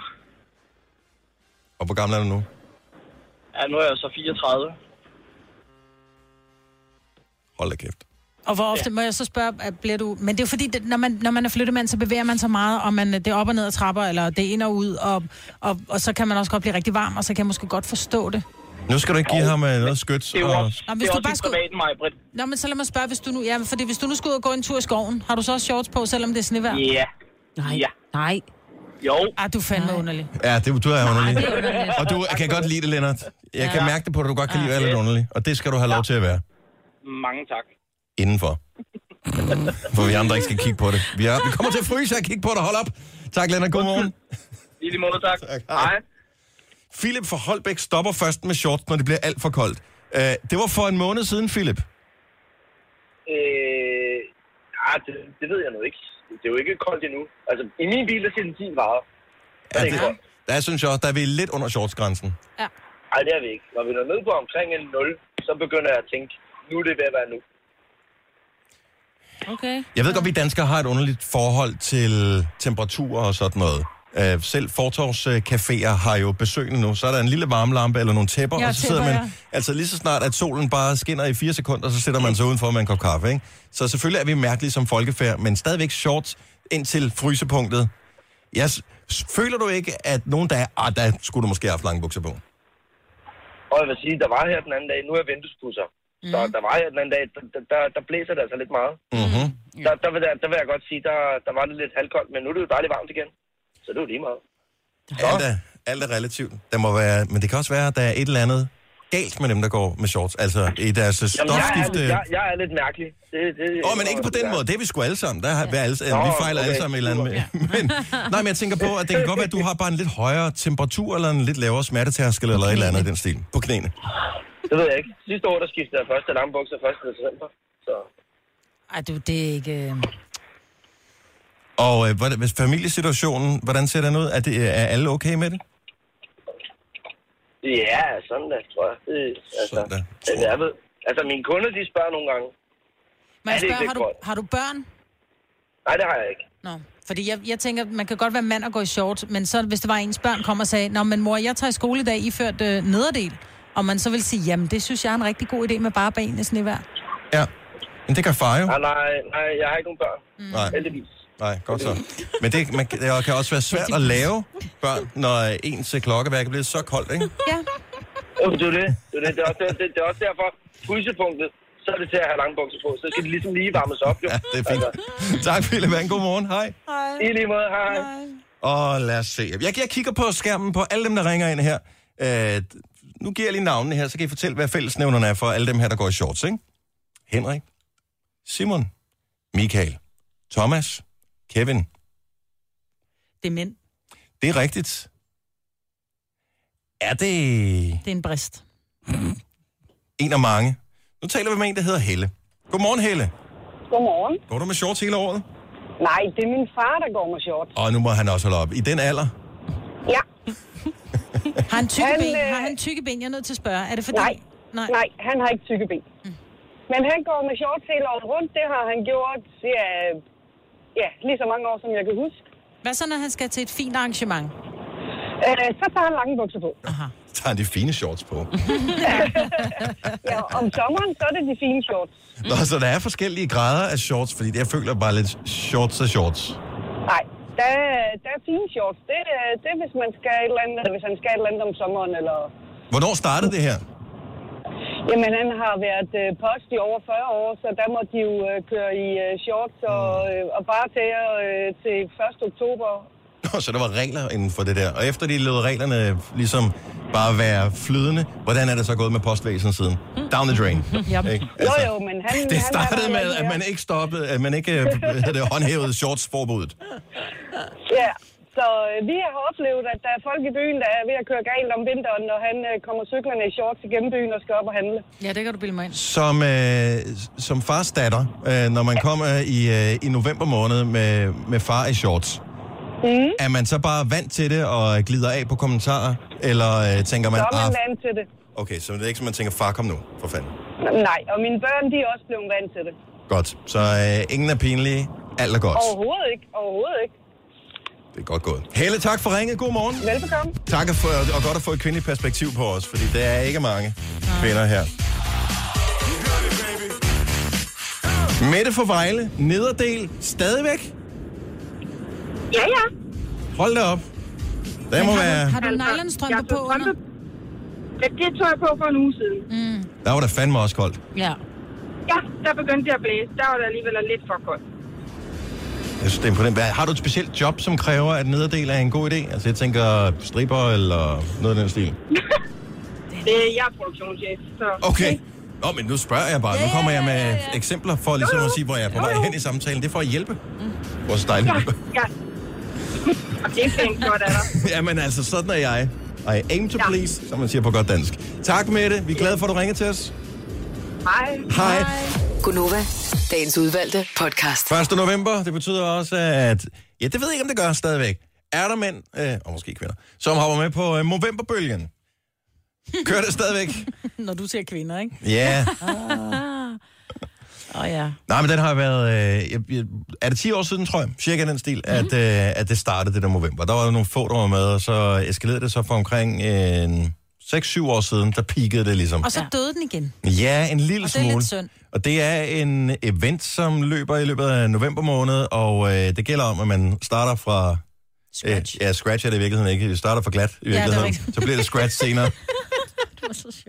Og hvor gammel er du nu? Ja, nu er jeg så fireogtredive. Hold da kæft. Og hvor ofte, ja. Må jeg så spørge, at bliver du... Men det er jo fordi, det, når, man, når man er flyttemand, så bevæger man sig meget, og man, det er op og ned ad trapper, eller det er ind og ud, og, og, og så kan man også godt blive rigtig varm, og så kan jeg måske godt forstå det. Nu skal du ikke give ham uh, noget skyt. Det er jo Og... også, Nå, det hvis er du også bare i skulle- privaten, mig, Britt. Nå, men så lad mig spørge, hvis du nu... Ja, fordi hvis du nu skal ud og gå en tur i skoven, har du så også shorts på, selvom det er snevejr? Ja. Nej. Ja. Nej. Jo. Ah, du er fandme underlig. Ja, det, du er underlig. det er underligt. Og du kan godt lide det, Lennart. Jeg kan mærke det på dig, du godt kan lide at være lidt underlig. Og det skal du have lov til at være. Mange tak. Indenfor. For vi andre ikke skal kigge på det. Vi, er, vi kommer til at fryse og kigge på det. Hold op. Tak, Lennart. God morgen. I lige måde, tak. Tak, hej. Hej. Philip fra Holbæk stopper først med shorts, når det bliver alt for koldt. Uh, det var for en måned siden, Philip. Øh, ja, det, det ved jeg nu ikke. Det er jo ikke koldt endnu. Altså, i min bil, der siger den ti grader. Ja, det, der synes jeg også, der er vi lidt under shortsgrænsen. Ja. Nej, det er vi ikke. Når vi når ned på omkring en nul, så begynder jeg at tænke, nu er det ved at være nu. Okay. Jeg ved godt, vi danskere har et underligt forhold til temperaturer og sådan noget. Uh, selv fortovscaféer har jo besøgende nu. Så er der en lille varmelampe eller nogle tæpper, Ja, og så sidder tæpper, man... ja. Altså lige så snart, at solen bare skinner i fire sekunder, så sætter man sig udenfor med en kop kaffe, ikke? Så selvfølgelig er vi mærkelige som folkefærd, men stadigvæk shorts indtil frysepunktet. Jeg s- føler du ikke, at nogen dage... Ah, der skulle du måske have haft lange bukser på. Og jeg vil sige, der var her den anden dag, nu er jeg vinduespusser. Mm. Så der var her den anden dag, der, der, der, der blæser det altså lidt meget. Mm-hmm. Der, der, vil, der, der vil jeg godt sige, der, der var det lidt halvkoldt, men nu er det jo dejligt varmt igen. Så det er jo lige meget. Alt er, alt er relativt. Der må være, men det kan også være, at der er et eller andet galt med dem, der går med shorts. Altså i deres Jamen, jeg, er, stofskifte... lidt- jeg, jeg er lidt mærkelig. Det, det, Åh, oh, men ikke på den måde. Det er vi sgu alle sammen. Der har, vi, alle, Nå, vi fejler alle okay. sammen et eller andet med. Men, nej, men jeg tænker på, at det kan godt være, at du har bare en lidt højere temperatur, eller en lidt lavere smertetærskel, eller et eller andet i den stil. På knæene. Det ved jeg ikke. Sidste år, der skiftede jeg første langbukser første december. Så Ej, du, det er ikke... øh, Og øh, hvordan, hvis familiesituationen, hvordan ser den ud? Er, det, er alle okay med det? ja, sådan da, tror jeg. Det, altså, Sådan da, det, tror jeg. jeg ved. Altså, mine kunder, de spørger nogle gange. Må jeg Er det ikke spørge, lidt har du, koldt? har du børn? Nej, det har jeg ikke. Nå, fordi jeg, jeg tænker, man kan godt være mand og gå i shorts, men så hvis der var ens børn kom og sagde, nå, men mor, jeg tager i skole i dag, iført øh, nederdel, og man så vil sige, jamen, det synes jeg er en rigtig god idé med bare ben i snevejr. Ja, men det kan far jo. Nej, nej, nej, jeg har ikke nogen børn. Mm. Nej. Heldigvis. Nej, godt så. Men det, man, det kan også være svært at lave børn, når ens klokkeværk er blevet så koldt, ikke? Ja. Jo, det er det. Det er, det. Det, er også, det, det er også derfor, frysepunktet, så er det til at have langbukser på. Så skal det ligesom lige varmes op, jo. Ja, det er fint. Altså, Tak, Philip. Ha' en god morgen. Hej. i lige måde, hej. Og lad os se. Jeg, jeg kigger på skærmen på alle dem, der ringer ind her. Øh, nu giver jeg lige navnene her, så kan I fortælle, hvad fællesnævnerne er for alle dem her, der går i shorts, ikke? Henrik, Simon, Michael, Thomas, Kevin. Det er mænd. Det er rigtigt. Er det Det er en brist. en af mange? Nu taler vi med en, der hedder Helle. Godmorgen, Helle. Godmorgen. Går du med shorts hele året? Nej, det er min far, der går med shorts. Og nu må han også holde op. I den alder? Ja. Har han tykke Han, ben? øh, Har han tykke ben? Jeg er nødt til at spørge. Er det fordi... Nej. Nej. Nej, han har ikke tykke ben. Mm. Men han går med shorts hele året rundt. Det har han gjort ja, ja, lige så mange år, som jeg kan huske. Hvad så, når han skal til et fint arrangement? Øh, så tager han lange bukser på. Aha. Så har han de fine shorts på. Ja, om sommeren, så er det de fine shorts. Nå, så der er forskellige grader af shorts, fordi jeg føler bare lidt shorts af shorts. Nej, der, er- der er fine shorts. Det, er- det er, hvis man skal et eller andet, eller hvis han skal et eller andet om sommeren, eller... Hvornår startede det her? Jamen, han har været øh, post i over fyrre år, så der må de jo øh, køre i øh, shorts og, øh, og bare til, øh, til første oktober. Nå, så der var regler inden for det der. Og efter de lod reglerne ligesom bare være flydende, hvordan er det så gået med postvæsenet siden? Down the drain. Yep. Ikke? Jo, jo, men han... Det han startede er med, at man ikke stoppede, at man ikke hvad hedder det, håndhævede shortsforbuddet. Ja, så øh, vi har oplevet, at der er folk i byen, der er ved at køre galt om vinteren, når han øh, kommer cyklerne i shorts igennem byen og skal op og handle. Ja, det kan du bilde mig ind. Som, øh, som fars datter, øh, når man kommer i, øh, i november måned med, med far i shorts, Mm. er man så bare vant til det og glider af på kommentarer? Eller øh, tænker man... Så er man ah, vant til det. okay, så det er ikke, som man tænker, far, kom nu, for fanden. Nej, og mine børn, de er også blevet vant til det. Godt. Så øh, ingen er pinlige. Alt er godt. Overhovedet ikke, overhovedet ikke. Det er godt gået. Helle, tak for ringet. God morgen. Velbekomme. Tak for, og godt at få et kvindeligt perspektiv på os, fordi der er ikke mange kvinder her. Mette fra Vejle, nederdel, stadigvæk? Ja, ja. Hold da op. Der må har, være... du, har du nylonstrømper på under? Ja, det tog jeg på for en uge siden. Mm. Der var der fandme også koldt. Ja. Ja, der begyndte det at blæse. Der var det alligevel lidt for koldt. Jeg synes, det er imponerende. Har du et specielt job, som kræver, at nederdel er en god idé? Altså, jeg tænker stripper eller noget af den stil. det er jeg er produktionschef, så... Okay. Nå, men nu spørger jeg bare. Nu kommer jeg med eksempler for ligesom at sige, hvor jeg er på vej hen i samtalen. Det er for at hjælpe. Vores dejlige Ja, ja. Og det er fint godt af dig. Jamen altså, sådan er jeg. I aim to please, som man siger på godt dansk. Tak, Mette. Vi er glade for, at du ringer til os. Hej. Hej. Gunova, dagens udvalgte podcast. første november, det betyder også, at... Ja, det ved jeg ikke, om det gør stadigvæk. Er der mænd, øh, og måske kvinder, som hopper med på øh, Movemberbølgen? Kører det stadigvæk? Når du ser kvinder, ikke? Ja. Åh oh, ja. Nej, men den har været... Øh, jeg, jeg, er det ti år siden, tror jeg, cirka den stil, mm-hmm. at, øh, at det startede, det der Movember. Der var der nogle få, der var med, og så eskalerede det så for omkring en seks syv år siden, der peakede det ligesom. Og så døde den igen. Ja, en lille og det er smule. lidt synd. Og det er en event, som løber i løbet af november måned, og øh, det gælder om, at man starter fra... Scratch. Øh, ja, scratch er det i virkeligheden ikke. Det starter for glat i virkeligheden. Ja, så bliver det scratch senere. Det var så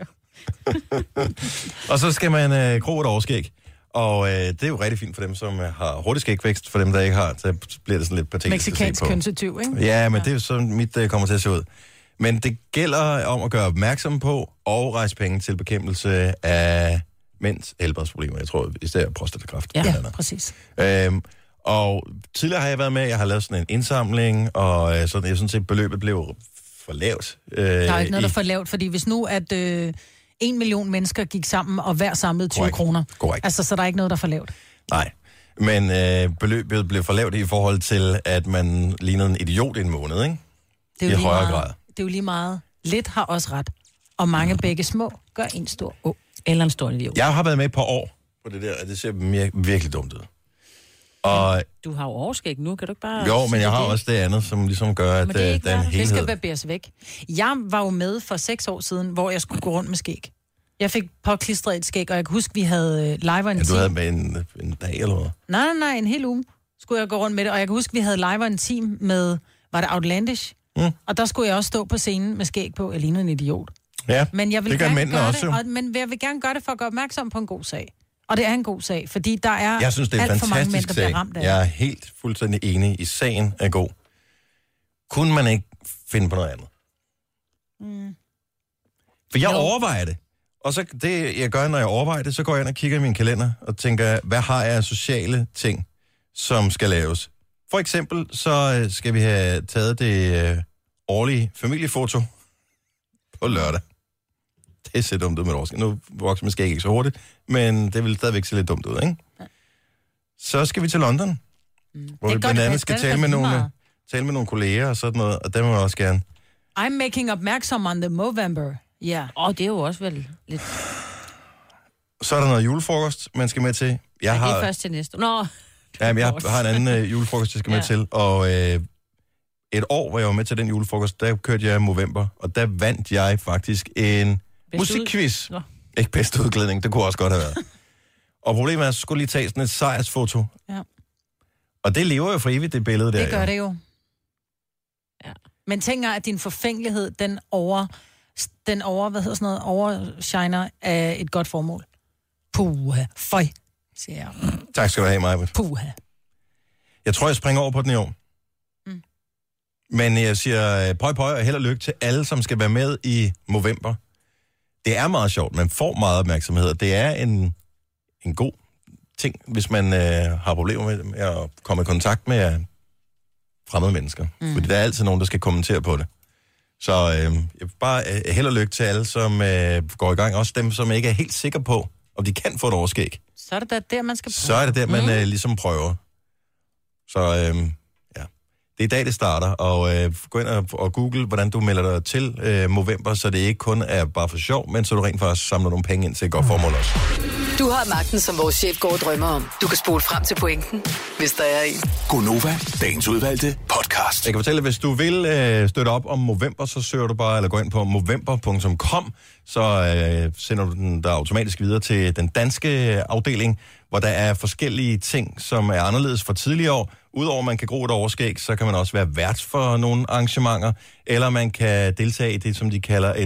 sjovt. Og så skal man øh, gro et overskæg. Og øh, det er jo rigtig fint for dem, som øh, har hurtig skægvækst. For dem, der ikke har, så bliver det sådan lidt patetisk at se på. Mexikansk kønsetyv, ikke? Ja, men ja. Det er jo sådan, mit øh, kommer til at se ud. Men det gælder om at gøre opmærksom på og rejse penge til bekæmpelse af mænds helbredsproblemer. Jeg tror især prostatakræft. Ja, ja præcis. Øhm, og tidligere har jeg været med, jeg har lavet sådan en indsamling, og øh, sådan, jeg synes, at beløbet blev for lavt. Øh, der er ikke noget, der er for lavt, fordi hvis nu, at øh, en million mennesker gik sammen, og hver samlede tyve Korrekt. kroner, Korrekt. altså, så der er ikke noget, der er for lavt. Nej, men øh, beløbet blev for lavt i forhold til, at man lignede en idiot i en måned, ikke? Det er jo I lige højere meget, grad. Det er jo lige meget. Lidt har også ret. Og mange begge små gør en stor å. Eller en stor idiot. Jeg har været med et par år på det der, og det ser vir- virkelig dumt ud. Og, du har jo overskæg nu, kan du ikke bare... Jo, men jeg har også det andet, som ligesom gør, at det er øh, der er en helhed. Det skal barberes væk. Jeg var jo med for seks år siden, hvor jeg skulle gå rundt med skæg. Jeg fik påklistret et skæg, og jeg kan huske, vi havde live en ja, du team. havde med en, en dag eller noget? Nej, nej, nej, en hel uge skulle jeg gå rundt med det. Og jeg kan huske, vi havde live en team med, var det Outlandish? Mm. Og der skulle jeg også stå på scenen med skæg på. Jeg lignede en idiot. Ja, men jeg vil det gør gerne mændene gøre også. Det, og, men jeg vil gerne gøre det for at gøre opmærksom på en god sag. Og det er en god sag, fordi der er jeg synes, det er en alt for mange mænd, fantastisk der sag. bliver ramt af. Jeg er helt fuldstændig enig i, sagen er god. Kunne man ikke finde på noget andet? Mm. For jeg jo. overvejer det. Og så det, jeg gør, når jeg overvejer det, så går jeg ind og kigger i min kalender og tænker, hvad har jeg af sociale ting, som skal laves? For eksempel, så skal vi have taget det øh, årlige familiefoto på lørdag. Det ser dumt ud med et årskæg. Nu vokser man skæg ikke så hurtigt, men det vil stadigvæk se lidt dumt ud, ikke? Ja. Så skal vi til London, mm. hvor vi blandt andet skal tale med, nogle, tale med nogle kolleger og sådan noget, og dem vil jeg også gerne. I'm making opmærksom on the Movember. Ja. Yeah. Åh, oh, det er jo også vel lidt... Så er der noget julefrokost, man skal med til. Jeg ja, har... det er først til næste. Nå. Ja, men jeg har en anden øh, julefrokost, jeg skal med ja. til, og øh, et år, hvor jeg var med til den julefrokost, der kørte jeg i Movember, og der vandt jeg faktisk en bedst musikquiz. Ud... Ikke bedste udklædning, det kunne også godt have været. Og problemet er, at jeg skulle lige tage sådan et sejrsfoto. Ja. Og det lever jo for evigt, det billede der. Det gør jo. det jo. Ja. Men tænker, at din forfængelighed, den over, den over, hvad hedder sådan noget, overshiner af et godt formål. Puha, føj, siger jeg. Tak skal du have, Maja. Puha. Jeg tror, jeg springer over på den i år. Mm. Men jeg siger pøj, pøj og held og lykke til alle, som skal være med i Movember. Det er meget sjovt, man får meget opmærksomhed, og det er en, en god ting, hvis man øh, har problemer med, med at komme i kontakt med øh, fremmede mennesker. Mm. Fordi der er altid nogen, der skal kommentere på det. Så øh, jeg vil bare øh, held og lykke til alle, som øh, går i gang. Også dem, som ikke er helt sikre på, om de kan få et overskæg. Så er det der, der man skal prøve. Så er det der, man mm. øh, ligesom prøver. Så øh, ja, det er i dag, det starter. Og øh, gå ind og, og google, hvordan du melder dig til øh, Movember, så det ikke kun er bare for sjov, men så du rent faktisk samler nogle penge ind til et godt formål også. Du har magten, som vores chef går og drømmer om. Du kan spole frem til pointen, hvis der er en. Gonova, dagens udvalgte podcast. Jeg kan fortælle, at hvis du vil øh, støtte op om Movember, så søger du bare, eller gå ind på movember punktum com, så øh, sender du den der automatisk videre til den danske afdeling, hvor der er forskellige ting, som er anderledes fra tidligere år. Udover at man kan gro et overskæg, så kan man også være vært for nogle arrangementer, eller man kan deltage i det, som de kalder et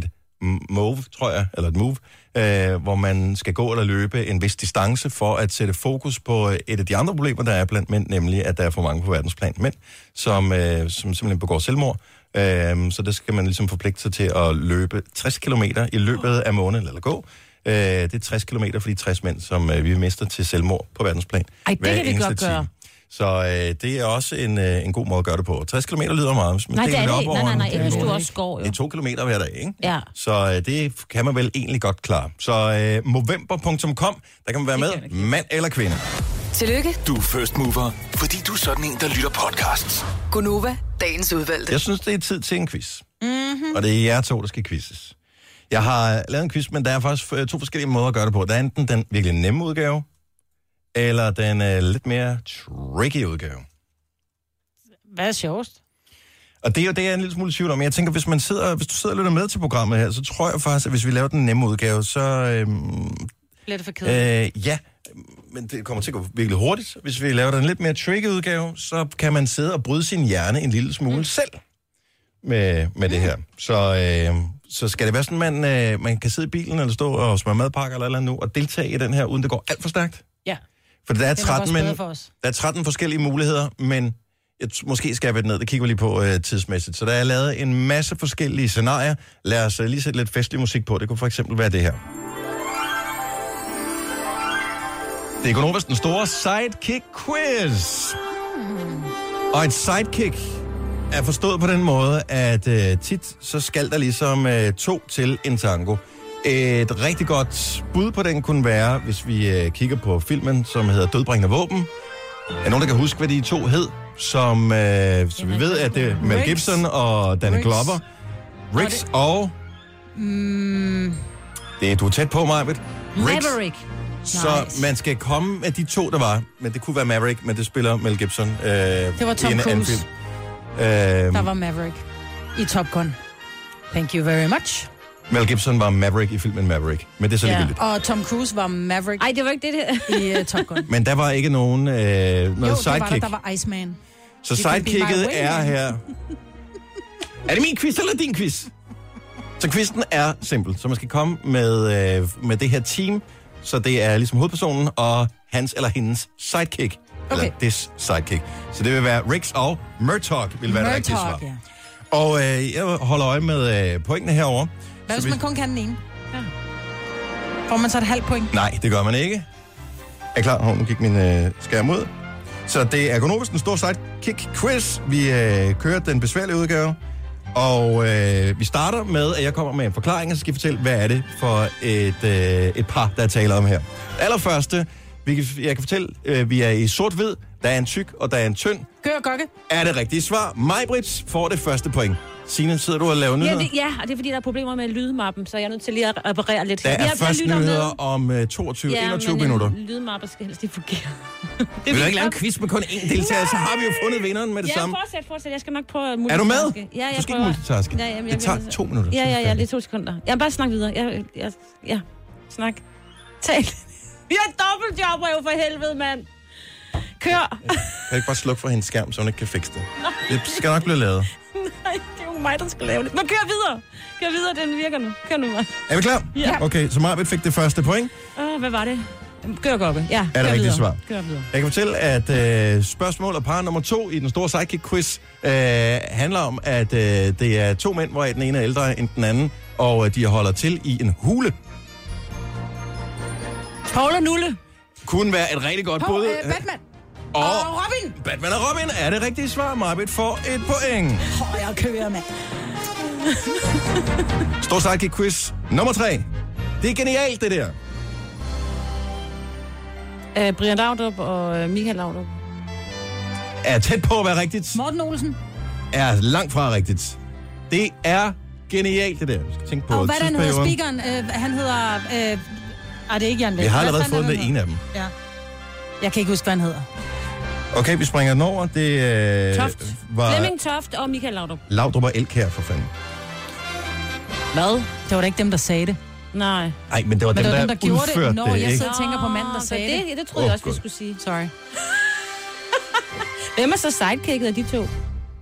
Move, tror jeg, eller et Move, øh, hvor man skal gå eller løbe en vis distance for at sætte fokus på et af de andre problemer, der er blandt mænd, nemlig at der er for mange på verdensplan mænd, som, øh, som simpelthen begår selvmord. Øh, så der skal man ligesom forpligte sig til at løbe tres kilometer i løbet af måneden, eller gå. Øh, det er tres kilometer for de tres mænd, som øh, vi mister til selvmord på verdensplan. Ej, det kan vi godt time. gøre. Så øh, det er også en, øh, en god måde at gøre det på. tres kilometer lyder meget, hvis man Nej, det deler er det det op ikke. Nej, over nej, nej, en hvis du måned. også går, jo. Det er to kilometer hver dag, ikke? Ja. Så øh, det kan man vel egentlig godt klare. Så øh, movember punktum com, der kan man være med, mand eller kvinde. Tillykke, Du er first mover, fordi du er sådan en, der lytter podcasts. Gunova, dagens udvalgte. Jeg synes, det er tid til en quiz. Mm-hmm. Og det er jer to, der skal quizzes. Jeg har lavet en quiz, men der er faktisk to forskellige måder at gøre det på. Der er enten den virkelig nemme udgave, eller den øh, lidt mere tricky udgave. Hvad er sjovest? Og det er jo det, jeg er en lille smule i tvivl om. Jeg tænker, hvis, man sidder, hvis du sidder og lytter med til programmet her, så tror jeg faktisk, at hvis vi laver den nemme udgave, så... Øhm, Bliver det for kedeligt? øh, ja, men det kommer til at gå virkelig hurtigt. Hvis vi laver den lidt mere tricky udgave, så kan man sidde og bryde sin hjerne en lille smule mm. selv med, med mm. det her. Så, øh, så skal det være sådan, man, øh, man kan sidde i bilen eller stå og smøre madpakker eller eller andet nu, og deltage i den her, uden det går alt for stærkt. Ja. For der er, Det er nok tretten, også men, for os. der er tretten forskellige muligheder, men jeg t- måske skal jeg være ned. Det kigger vi lige på øh, tidsmæssigt. Så der er lavet en masse forskellige scenarier. Lad os øh, lige sætte lidt festlig musik på. Det kunne for eksempel være det her. Det er Gunovas den store sidekick quiz. Og et sidekick er forstået på den måde, at øh, tit så skal der ligesom øh, to til en tango. Et rigtig godt bud på den kunne være, hvis vi øh, kigger på filmen, som hedder Dødbringende Våben. Er nogen, der kan huske, hvad de to hed? Som, øh, så vi ved, at det er Mel Gibson og Danny Riggs. Glover. Riggs og... Mm, Det er du er tæt på, Majbet. Maverick. Så man skal komme med de to, der var. Men det kunne være Maverick, men det spiller Mel Gibson. Øh, det var Tom i en anden Cruise. film. Øh, Der var Maverick i Top Gun. Thank you very much. Mel Gibson var Maverick i filmen Maverick. Men det er så Ja, ligegyldigt. og Tom Cruise var Maverick. Ej, det var ikke det, det. I uh, Top Gun. Men der var ikke nogen øh, noget jo, sidekick. det var der, der var Iceman. Så You can be my sidekicket wingman. er her. Er det min quiz eller din quiz? Så quizzen er simpel. Så man skal komme med, øh, med det her team. Så det er ligesom hovedpersonen og hans eller hendes sidekick. Okay. Eller this sidekick. Så det vil være Riggs og Murtaugh, vil være det rigtige svar. Murtaugh, ja. Og øh, jeg holder øje med øh, pointene herovre. Hvad Så hvis man kun kan den ene? Ja. Får man så et halvt point? Nej, det gør man ikke. Er I klar? Hov, nu gik min øh, skærm ud. Så det er Gunovas den store sidekick quiz. Vi øh, kører den besværlige udgave. Og øh, vi starter med, at jeg kommer med en forklaring, og så skal jeg fortælle, hvad er det for et, øh, et par, der er tale om her. Allerførste, vi kan, jeg kan fortælle, øh, vi er i sort-hvid. Der er en tyk, og der er en tynd. Gør gokke. Er det rigtige svar? Majbrits får det første point. Signe, sidder du og laver nyheder? Ja, det, ja, og det er fordi, der er problemer med lydmappen, så jeg er nødt til lige at reparere lidt. Der er Jeg- jeg først lytter nyheder med. om uh, toogtyve til enogtyve men minutter. en lydmappe skal helst ikke fungere. Det vil du ikke lave en quiz med kun én deltager, så har vi jo fundet vinderen med det ja, samme. fortsæt, fortsæt. Jeg skal nok prøve at Er multitaske. du med? Ja, jeg Du skal ikke prøver. multitaske. Ja, jamen, Det jeg tager vil- to minutter, Ja, så er ja, det ja, færdigt. det er to sekunder. Jeg bare snak videre. Jeg, jeg, ja, snak. Tal. Vi har dobbeltjob, jo for helvede, mand. Kør. Kan jeg ikke bare slukke for hendes skærm, så hun ikke kan fikse det? Det skal nok blive lavet. Nej, det er jo mig, der skal lave det. Men kør videre. Kør videre, den virker nu. Kør nu, mand. Er vi klar? Ja. Okay, så Marbet fik det første point. Åh, hvad var det? Kør gokke. Ja, Er kør det rigtigt videre. svar? Kør videre. Jeg kan fortælle, at øh, spørgsmål og par nummer to i den store sidekick-quiz øh, handler om, at øh, det er to mænd, hvor den ene er ældre end den anden, og øh, de holder til i en hule. Paul og Nulle. Kunne være et rigtig godt På bud. øh, Batman. Og Og Robin. Batman og Robin er det rigtige svar. Marbet får et point. Åh, jeg kører, mand. Stor sidekick-quiz nummer tre. Det er genialt, det der. Uh, Brian Laudrup og uh, Michael Laudrup. Er tæt på at være rigtigt. Morten Olsen. Er langt fra rigtigt. Det er genialt, det der. Jeg skal tænke på Og hvad er den hedder tidsperioden. speakeren? Øh, han hedder... Øh, ah, det er ikke Jan Væk. Vi har Hvad allerede fanden fået er med han en af dem. hedder? Ja. Jeg kan ikke huske, hvad han hedder. Okay, vi springer den over. Det øh, Toft. var Flemming Toft og Michael Laudrup. Laudrup og Elkjær, for fanden. Hvad? Det var da ikke dem, der sagde det. Nej. Nej, men det var Men dem, det var der, dem, der gjorde det. udførte Nå, det, jeg ikke? sidder og tænker på manden, der Så sagde det. det. Det troede Åh, jeg også, vi Gud. skulle sige. Sorry. Hvem er så sidekicket af de to?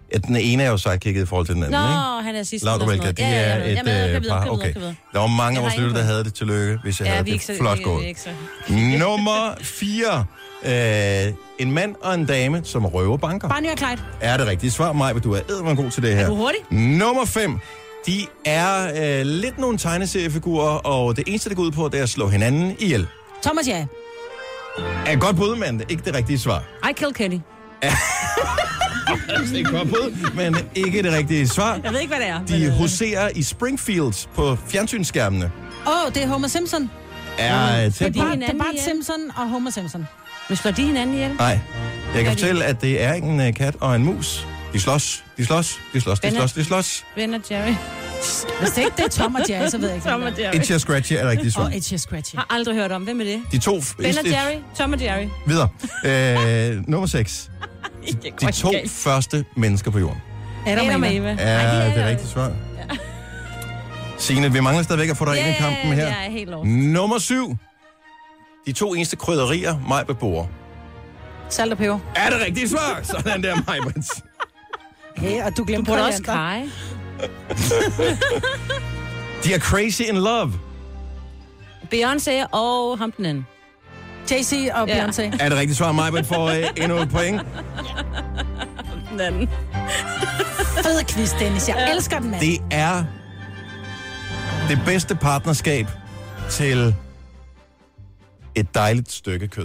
Ja, den ene er jo sidekicket i forhold til den anden, Nå, ikke? han er sidst. Laudrup, det Ja, ja, er ja, et jeg med, jeg kan øh, videre, par. kan videre, Okay. kan videre. Der var mange af Jeg vores har lytter, der ingen havde det. Tillykke, hvis jeg Ja, havde vi er det. ikke så- Flot vi- gået. vi er ikke så- Nummer fire. Øh, en mand og en dame, som røver banker. Bonnie og Clyde. Er det rigtige svar, Maj? Du er eddermame god til det her. Er du hurtig? Nummer fem. De er øh, lidt nogle tegneseriefigurer, og det eneste, det går ud på, det er at slå hinanden ihjel. Thomas, ja. Er godt bud, men ikke det rigtige svar. I Kill Kenny. Det er ikke godt bud, men ikke det rigtige svar. Jeg ved ikke, hvad det er. De huserer i Springfield på fjernsynsskærmene. Åh, oh, det er Homer Simpson. Er Det tæt er på? Bart, det er Bart Simpson og Homer Simpson. Men slår de hinanden ihjel? Nej. Jeg kan fortælle, at det er en uh, kat og en mus. De slås, de slås, de slås, de Ben- slås, de slås. Ben og Jerry. Hvis det ikke det er Tom og Jerry, så ved jeg ikke, Tom og Jerry. Itchy og Scratchy er det rigtige svar. Og Itchy og Scratchy. Har aldrig hørt om. Hvem er det? De to... Ben og Jerry. Tom og Jerry. Videre. Øh, nummer seks. De to første mennesker på jorden. Adam og Eva. Ja, det er rigtigt svar. Signe, vi mangler stadigvæk at få dig ind i kampen her. Jeg er helt lost. Nummer syv. De to eneste krydderier, Maj bebor. Salt og peber. Er det rigtigt svar? Sådan der, Majbrits. Hey, og du Du glemte burde også koriander. kaj. De er crazy in love. Beyoncé og ham den anden. Jay-Z og Ja. Beyoncé. Er det rigtigt svar, Majbrit får øh, endnu et point? Den anden. Fed quiz, Dennis. Jeg Ja. elsker den, mand. Det er det bedste partnerskab til et dejligt stykke kød.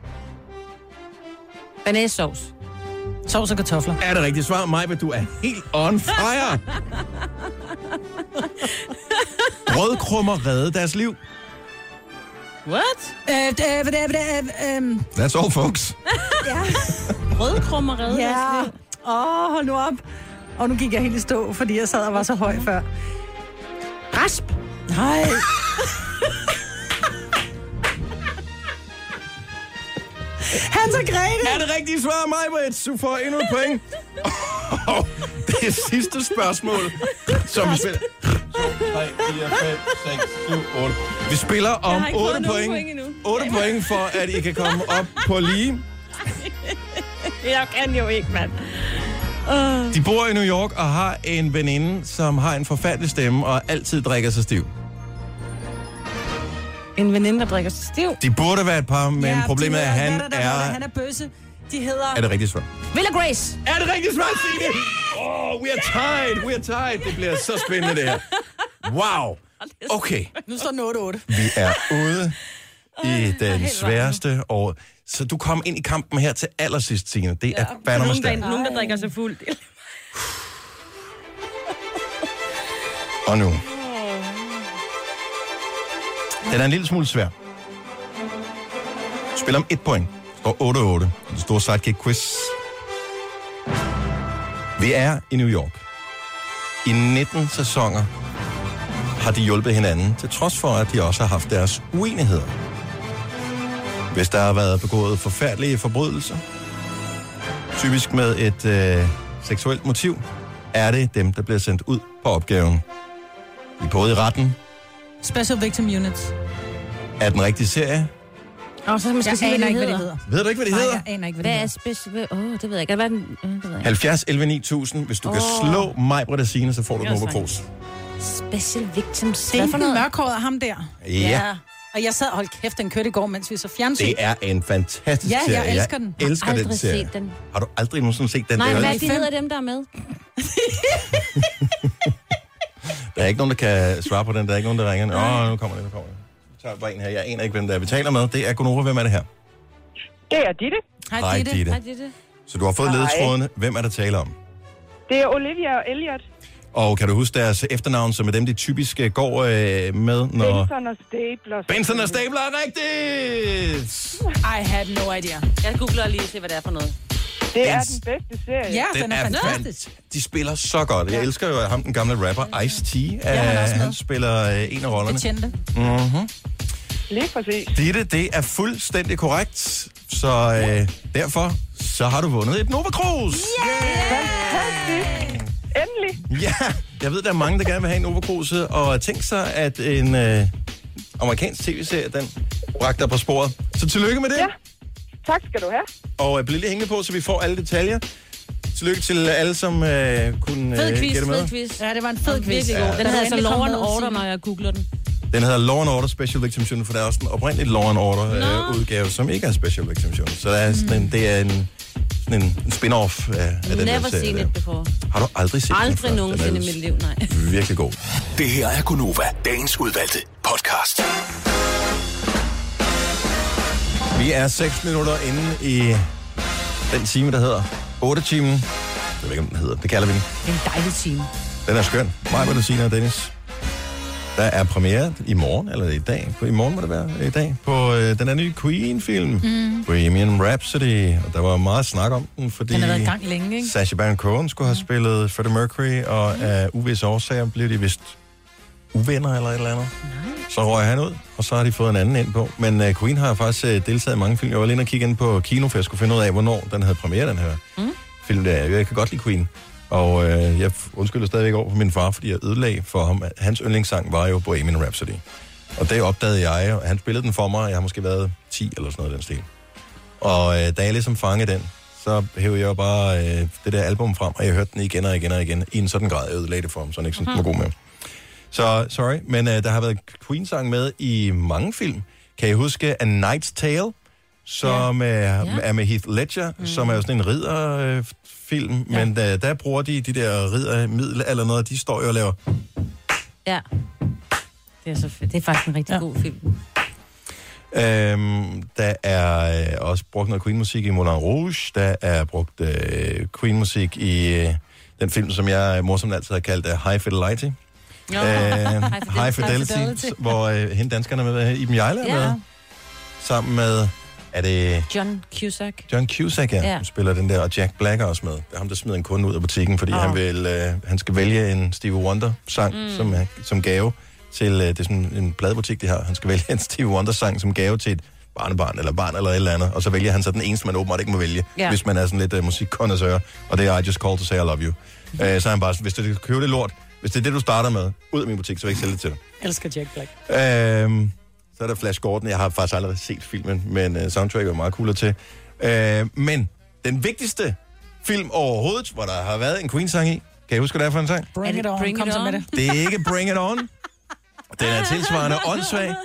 Banæssauce. Sovs og kartofler. Er det rigtigt svar, Majbrit? Du er helt on fire. Brødkrummer redde deres liv. What? Øh, øh, øh, øh, øh, øh, That's all, folks. ja. Rødkrummer redde Ja. deres liv. Åh, hold nu op. Og nu gik jeg helt i stå, fordi jeg sad og var så høj før. Rasp. Nej. Hans og Grete. Er det rigtige svar, Majbrit? Du får endnu et point. Oh, det er sidste spørgsmål, som vi spiller. to, tre, fire, fem, seks, syv, otte. Vi spiller Jeg om har ikke fået otte nogen point. point endnu. otte point for, at I kan komme op på lige. Jeg kan jo ikke, mand. De bor i New York og har en veninde, som har en forfærdelig stemme og altid drikker sig stiv. En veninde, der drikker sig stiv. De burde være et par, men Ja, problemet de er, at hedder- han der, der, der, der, er... Han er bøsse. De hedder... Er det rigtigt svar? Villa Grace. Er det rigtigt svar, Signe? Oh, we are tied, we are tied. Det bliver så spændende, det her. Wow. Okay, Nu står den otte otte. vi er ude i den sværeste år. Så du kom ind i kampen her til allersidst, Signe. Det er fandme Nogen, der, stærkt. nogen, der drikker sig fuld. Og nu. Den er en lille smule svær. Spiller om et point. Står otte otte. Den store sidekick-quiz. Vi er i New York. I nitten sæsoner har de hjulpet hinanden, til trods for, at de også har haft deres uenigheder. Hvis der har været begået forfærdelige forbrydelser, typisk med et øh, seksuelt motiv, er det dem, der bliver sendt ud på opgaven. De er både i retten. Special Victim Units. Er den rigtige serie? Og så måske Jeg sige, aner hvad ikke, hvad det det hedder. hedder. Ved du ikke, hvad det Nej, hedder? jeg aner ikke, hvad Hvad det er hedder. special... Åh, oh, det ved jeg ikke. Hvad er den? Øh, det ved jeg ikke. halvfjerds elleve ni tusind. Hvis du kan Åh. slå mig, Britta Signe, så får du Jeg et er Nova Cruz. Special Victims. Det er Hvad for den noget? mørkhårede ham der. Ja, Og jeg sad og holdt kæft, den kørte i går, mens vi så fjernsyn. det er en fantastisk Ja, jeg serie. elsker den. Jeg elsker Har den aldrig serie. set den. Har du aldrig nogensinde set den? Nej, Det er hvad jo- er de hedder dem, der er med? Der er ikke nogen, der kan svare på den. Der er ikke nogen, der ringer. Åh, nu kommer det, nu kommer det. Vi tager bare en her. Jeg aner ikke, hvem der er. Vi taler med. Det er Gunova. Hvem er det her? Det er Ditte. Hej, Ditte. Hej, Ditte. Så du har fået Hej. ledetrådene. Hvem er der tale om? Det er Olivia og Elliot. Og kan du huske deres efternavn, som er dem, de typisk øh, går øh, med, når... Benson og Stapler. Benson og Stabler er rigtigt! I had no idea. Jeg googler lige og se, hvad det er for noget. Det er Bens- den bedste serie. Ja, Den, den er er fantastisk. fant- De spiller så godt. Jeg elsker jo ham, den gamle rapper Ice-T. Ja, han er også Uh, med. han spiller uh, en af rollerne. Betjente. Mm-hmm. Lige præcis. Ditte, det er fuldstændig korrekt. Så uh, derfor, så har du vundet et Nova Cruz. Fantastisk. Endelig. Ja, jeg ved, der er mange, der gerne vil have en Nova Cruz, og tænk sig, at en uh, amerikansk tv-serie, den bragte dig på sporet. Så tillykke med det. Ja. Tak skal du have. Og uh, bliv lige hængende på, så vi får alle detaljer. Tillykke til alle, som øh, kunne Fed øh, quiz, gætte med. fed quiz. Ja, det var en fed quiz. Virkelig god. Ja. Den Der hedder er altså endelig Law and kommet noget Order, at sige. når jeg googler den. Den hedder Law and Order Special Victims Unit, for der er også en oprindelig Law and Order øh, udgave, som ikke er Special Victims Unit. Så der er sådan en, det er en, sådan en, en spin-off af, af den der Never serie. seen der. it before. Har du aldrig set den Aldrig før? nogensinde i Den er mit liv, nej. virkelig god. Det her er Gunova, dagens udvalgte podcast. Vi er seks minutter inde i den time, der hedder otte timen. Jeg ved ikke, om den hedder. Det kalder vi den. Det er en dejlig time. Den er skøn. Mig, hvad du siger, Dennis. Der er premiere i morgen, eller i dag. På, I morgen må det være i dag. På øh, den her nye Queen-film. Mm. Bohemian Rhapsody. Og der var meget snak om den, fordi... Den har været i gang længe, ikke? Sacha Baron Cohen skulle have spillet Freddie Mercury, og af uvisse årsager blev de vist uvenner eller et eller andet. Nej. Så røg han ud, og så har de fået en anden ind på. Men uh, Queen har faktisk uh, deltaget i mange film. Jeg var lige inde og kigge ind på Kino, for jeg skulle finde ud af, hvornår den havde premiere, den her mm. film. Der. Jeg kan godt lide Queen. Og øh, jeg undskylder stadigvæk over for min far, fordi jeg ødelagde for ham. Hans yndlingssang var jo Bohemian Rhapsody. Og det opdagede jeg, og han spillede den for mig, og jeg har måske været ti eller sådan noget i den stil. Og øh, da jeg ligesom fangede den, så hævde jeg jo bare øh, det der album frem, og jeg hørte den igen og igen og igen, i en sådan grad, jeg ødelagde det for ham, så han ikke synes, den var god med. Så sorry, men øh, der har været Queen-sang med i mange film. Kan I huske A Knight's Tale? Som ja. er, ja. er med Heath Ledger, mm. som er jo sådan en ridderfilm, øh, ja. men der, der bruger de de der riddermiddel eller noget, de står jo og laver... Ja, det er så fedt. Det er faktisk en rigtig ja. god film. Øhm, der er øh, også brugt noget Queen-musik i Moulin Rouge, der er brugt øh, Queen-musik i øh, den film, som jeg morsomt altid har kaldt uh, High Fidelity. Jo, øh, High, High Fidelity, Fidelity. Hvor øh, hende danskerne er med, Iben Hjejle er ja. med, sammen med... Er det... John Cusack. John Cusack, ja. ja. spiller den der, og Jack Black er også med. Det er ham, der smider en kunde ud af butikken, fordi oh. han vil, øh, han skal vælge en Stevie Wonder-sang mm. som, som gave til, øh, det er sådan en pladebutik, de har. Han skal vælge en Stevie Wonder-sang som gave til et barnebarn, eller barn, eller et eller andet, og så vælger han så den eneste, man åbenbart ikke må vælge, ja. hvis man er sådan lidt øh, musikkondensør, og det er I Just Called to Say I Love You. Mm. Øh, så er han bare, hvis du køber det lort, hvis det er det, du starter med, ud af min butik, så vil jeg ikke sælge det til dig. Jeg elsker Jack Black. Øh, Så er der Flash Gordon. Jeg har faktisk aldrig set filmen, men uh, soundtrack er meget cooler til. Uh, men den vigtigste film overhovedet, hvor der har været en Queen-sang i. Kan I huske, hvad det er for en sang? Bring It On. Bring Kom it så on. med det. Det er ikke Bring It On. Den er tilsvarende åndssvag.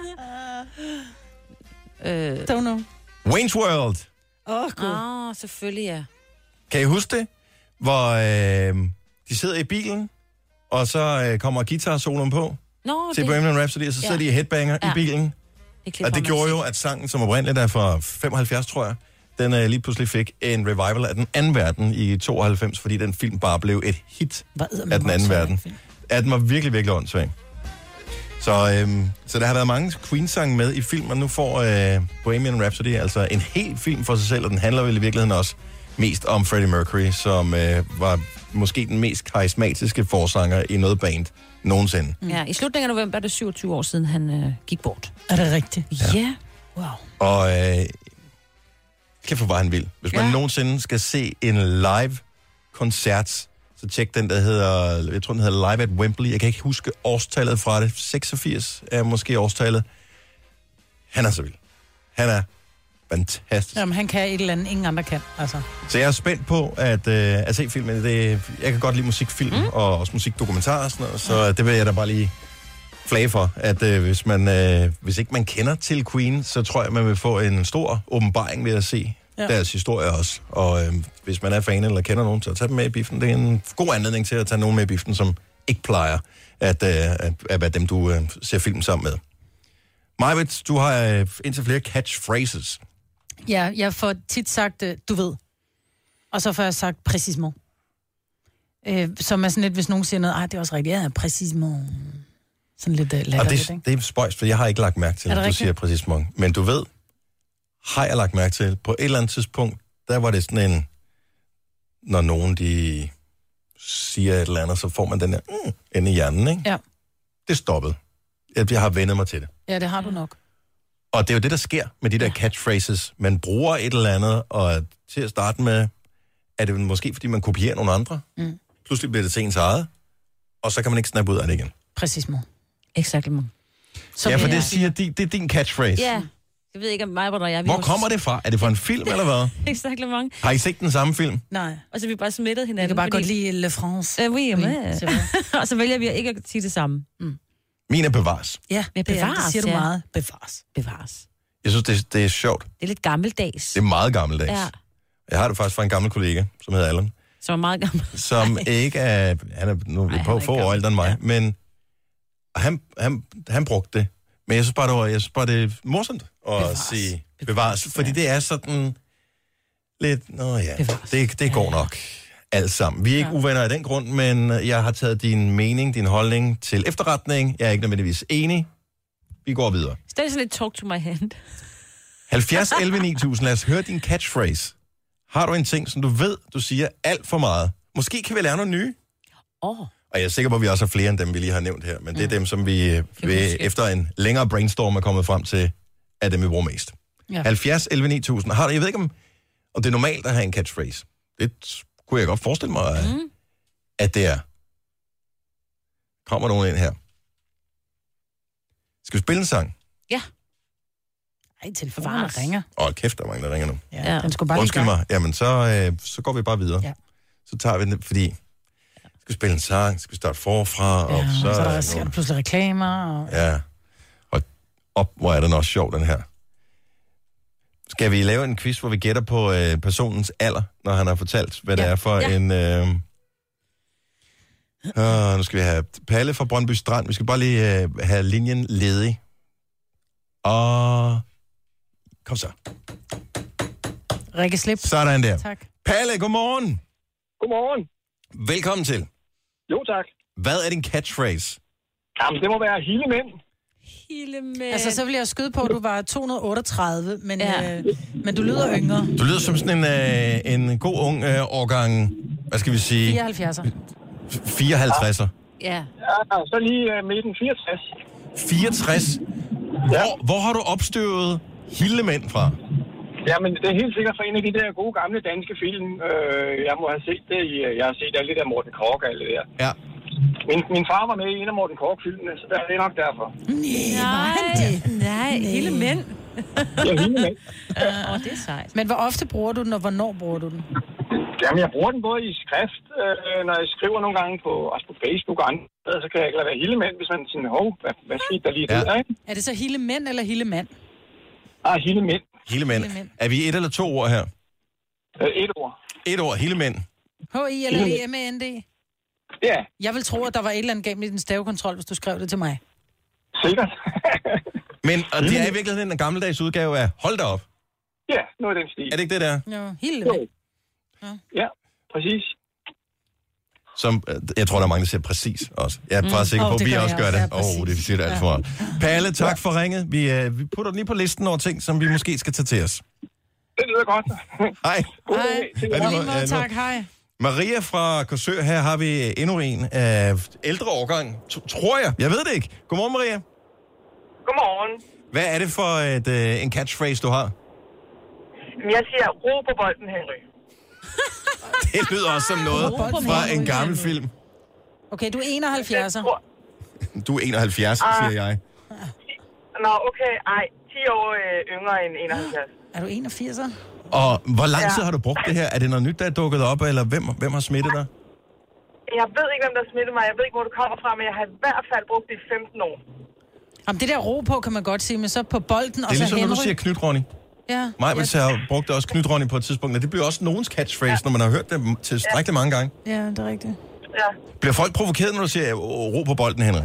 Øh. Don't know. Wayne's World. Åh, oh, cool. Åh, oh, selvfølgelig, ja. Kan I huske det? Hvor øh, de sidder i bilen, og så øh, kommer guitar-soloen på Nå, til det... Bohemian Rhapsody, og så sidder ja. de i headbanger ja. i bilen. Det og det gjorde jo, at sangen, som oprindeligt er fra femoghalvfjerds, tror jeg, den uh, lige pludselig fik en revival af den anden verden i tooghalvfems, fordi den film bare blev et hit af den anden verden. At den var virkelig, virkelig åndssvag. Så, øhm, så der har været mange Queen-sange med i film, og nu får øh, Bohemian Rhapsody altså en hel film for sig selv, og den handler vel i virkeligheden også mest om Freddie Mercury, som øh, var måske den mest karismatiske forsanger i noget band nogensinde. Mm. Ja, i slutningen af november er det syvogtyve år siden, han øh, gik bort. Er det rigtigt? Ja. Yeah. Wow. Og øh, kæft, hvor var han vild. Hvis man ja. nogensinde skal se en live-koncert, så tjek den, der hedder, jeg tror, den hedder Live at Wembley. Jeg kan ikke huske årstallet fra det. seksogfirs er måske årstallet. Han er så vild. Han er fantastisk. Jamen, han kan et eller andet, ingen andre kan. Altså. Så jeg er spændt på at, øh, at se filmen. Det, jeg kan godt lide musikfilm mm. og også musikdokumentarer og sådan noget, så det vil jeg da bare lige flage for, at øh, hvis, man, øh, hvis ikke man kender til Queen, så tror jeg, man vil få en stor åbenbaring ved at se ja. deres historie også. Og øh, hvis man er fan eller kender nogen, så tag dem med i biffen. Det er en god anledning til at tage nogen med i biffen, som ikke plejer at, øh, at, at være dem, du øh, ser film sammen med. Majbet, du har øh, indtil flere catchphrases. Ja, jeg får tit sagt, øh, du ved. Og så får jeg sagt præcisement. Øh, som er sådan lidt, hvis nogen siger noget, ej, det er også rigtigt, ja, præcisement. Sådan lidt uh, lækkert, det, ikke? det er spøjst, for jeg har ikke lagt mærke til, at du rigtigt? siger præcisement. Men du ved, har jeg lagt mærke til, på et eller andet tidspunkt, der var det sådan en, når nogen de siger et eller andet, så får man den der mm, inde i hjernen, ikke? Ja. Det stoppede. Jeg, jeg har vendet mig til det. Ja, det har du nok. Og det er jo det, der sker med de der catchphrases. Man bruger et eller andet, og til at starte med, er det måske, fordi man kopierer nogle andre. Mm. Pludselig bliver det til ens eget, og så kan man ikke snappe ud af det igen. Præcisement. Exakt. Ja, for det siger, det, det er din catchphrase. Ja. Jeg ved ikke, om mig, hvor der er. Hvor kommer det fra? Er det fra en film, eller hvad? Exactement. Har I set den samme film? Nej. Og så er vi bare smittet hinanden. Jeg kan bare fordi... godt lide Le France. Øh, oui, oui. Og så vælger vi ikke at sige det samme. Mm. Min er bevares. Ja, det, det, er, det siger du ja. meget. Bevares. Bevares. Jeg synes, det, det er sjovt. Det er lidt gammeldags. Det er meget gammeldags. Ja. Jeg har det faktisk fra en gammel kollega, som hedder Allan. Som er meget gammel. Som ikke er... Han er nu Ej, på få år ældre end mig, ja. Men han, han, han brugte det. Men jeg synes bare, det, var, jeg synes bare, det er morsomt at bevares. sige bevares. bevares fordi ja. Det er sådan lidt... Nå ja, bevares. det, det går ja. nok alt sammen. Vi er ikke ja. uvenner af den grund, men jeg har taget din mening, din holdning til efterretning. Jeg er ikke nødvendigvis enig. Vi går videre. Stadig sådan lidt talk to my hand. halvfjerds elleve ni tusind, lad os høre din catchphrase. Har du en ting, som du ved, du siger alt for meget? Måske kan vi lære nogle nye? Åh. Oh. Og jeg er sikker på, at vi også har flere end dem, vi lige har nævnt her. Men det er dem, som vi, vi efter en længere brainstorm er kommet frem til, er dem, vi bruger mest. Ja. halvfjerds elleve ni tusind. Har du, jeg ved ikke, om, om det er normalt at have en catchphrase. Det kunne jeg godt forestille mig, mm. at det er. Kommer nogen ind her? Skal vi spille en sang? Ja. Ej, telefonen ringer. Åh, oh, kæft, der er mange, der ringer nu. Ja, ja. Den skulle bare Undskyld mig. Jamen, så, øh, så går vi bare videre. Ja. Så tager vi den, fordi... Skal spille en sang, skal vi starte forfra, ja, og så... så er der, så er der pludselig reklamer, og... Ja, og op, hvor er den også sjov, den her. Skal vi lave en quiz, hvor vi gætter på øh, personens alder, når han har fortalt, hvad ja. det er for ja. en... Øh... Uh, nu skal vi have Palle fra Brøndby Strand. Vi skal bare lige øh, have linjen ledig. Og... Kom så. Rikke Slip. Sådan der. Tak. Palle, godmorgen. Godmorgen. Velkommen til. Jo, tak. Hvad er din catchphrase? Jamen, det må være hele mænd. Hele mænd. Altså, så vil jeg skyde på, at du var to hundrede otteogtredive, men, ja. øh, men du lyder yngre. Du lyder som sådan en, øh, en god ung øh, årgang, hvad skal vi sige? fireoghalvfjerdser. fireoghalvtredser. Ja. Ja, så lige øh, midten fireogtres. fireogtres? Ja. Hvor, hvor har du opstøvet Hilde mænd fra? Jamen, det er helt sikkert fra en af de der gode gamle danske film. Øh, jeg må have set det i... Jeg har set alle det der Morten Korch og alt det der. Ja. Min, min far var med i en af Morten Korch-filmene, så det er nok derfor. Nej, nej, hele mænd. Ja, hele mænd. Åh, oh, det er sejt. Men hvor ofte bruger du den, og hvornår bruger du den? Jamen, jeg bruger den både i skrift, øh, når jeg skriver nogle gange på, også på Facebook og andre steder, så kan jeg ikke lade være hele mænd, hvis man sådan, hov, hvad, hvad skete der lige ja. der, ikke? Er det så hele mænd eller hele mand? Ah, hele mænd. Hele mænd. Hele mænd. Er vi et eller to ord her? Øh, et ord. Et ord, hele mænd. H I eller E M A N D? Ja. Jeg vil tro, at der var et eller andet gennem i din stavekontrol, hvis du skrev det til mig. Sikkert. Men og det er i virkeligheden en gammeldags udgave af hold da op. Ja, noget af den stil. Er det ikke det der? Jo, hele mænd. Ja. ja, præcis. Som, jeg tror, der er mange, der siger præcis også. Jeg er bare mm. sikker på, oh, at vi også gør det. Åh, oh, det siger det alt for meget. Palle, tak ja. for ringet. Vi, uh, vi putter den lige på listen over ting, som vi måske skal tage til os. Det lyder godt. Hej. Hej. Hej. Hej. Tak, hej. Maria fra Korsør, her har vi endnu en af ældre årgang, tror jeg. Jeg ved det ikke. Godmorgen, Maria. Godmorgen. Hvad er det for et, uh, en catchphrase, du har? Jeg siger, ro på bolden, Henry. Det lyder også som noget fra en gammel film. Okay, du er enoghalvfjerdser. Du er enoghalvfjerds, uh, siger jeg. Nå, okay. Ej, ti år øh, yngre end enoghalvfjerds. Er du enogfirser? Og hvor lang tid ja. har du brugt det her? Er det noget nyt, der er dukket op, eller hvem, hvem har smittet dig? Jeg ved ikke, hvem der smittede mig. Jeg ved ikke, hvor du kommer fra, men jeg har i hvert fald brugt det i femten år. Jamen, det der ro på, kan man godt sige, men så på bolden og så Henry. Det er ligesom, når du siger Knyt Ronny. Ja. Mig, men jeg har brugt også Knyt Ronny på et tidspunkt, og det bliver også nogens catchphrase, ja. når man har hørt det tilstrækkeligt mange gange. Ja, det er rigtigt. Ja. Bliver folk provokeret, når du siger ro på bolden, Henry?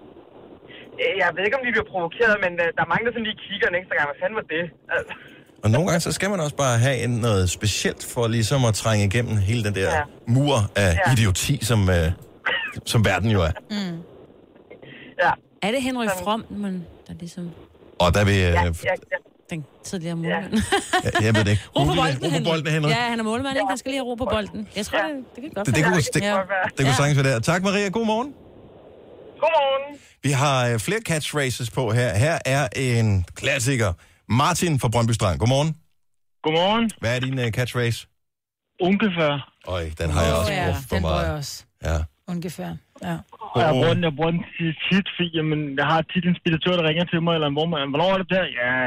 Jeg ved ikke, om de bliver provokeret, men uh, der er mange, der sådan lige kigger en ekstra gang. Hvad fanden var det? Altså. Og nogle gange, så skal man også bare have noget specielt for ligesom at trænge igennem hele den der ja. mur af ja. idioti, som, uh, som verden jo er. Mm. Ja. Er det Henry From, men der ligesom... Og der vil... Uh, ja, ja, ja. Den tidligere målmand. Ja. Jeg ved det ikke. Ro på bolden, ro på bolden Henry. Ja, han er målmand, ikke? Han skal lige have ro på bolden. Jeg tror, ja. det, det kan godt det, det, kunne, det, ja. det kunne sagtens være der. Tak, Maria. God morgen. Godmorgen. Vi har flere catchphrases på her. Her er en klassiker. Martin fra Brøndby Strand. Godmorgen. Godmorgen. Hvad er din uh, catchphrase? Ungefær. Øj, den har jeg også oh, ja. brugt for den meget. Den jeg også. Ja. Ungefær, ja. Og jeg bruger den, jeg bruger den tit, fordi jamen, jeg har tit en speditør, der ringer til mig, eller en vormand. Hvornår er det der? Ja,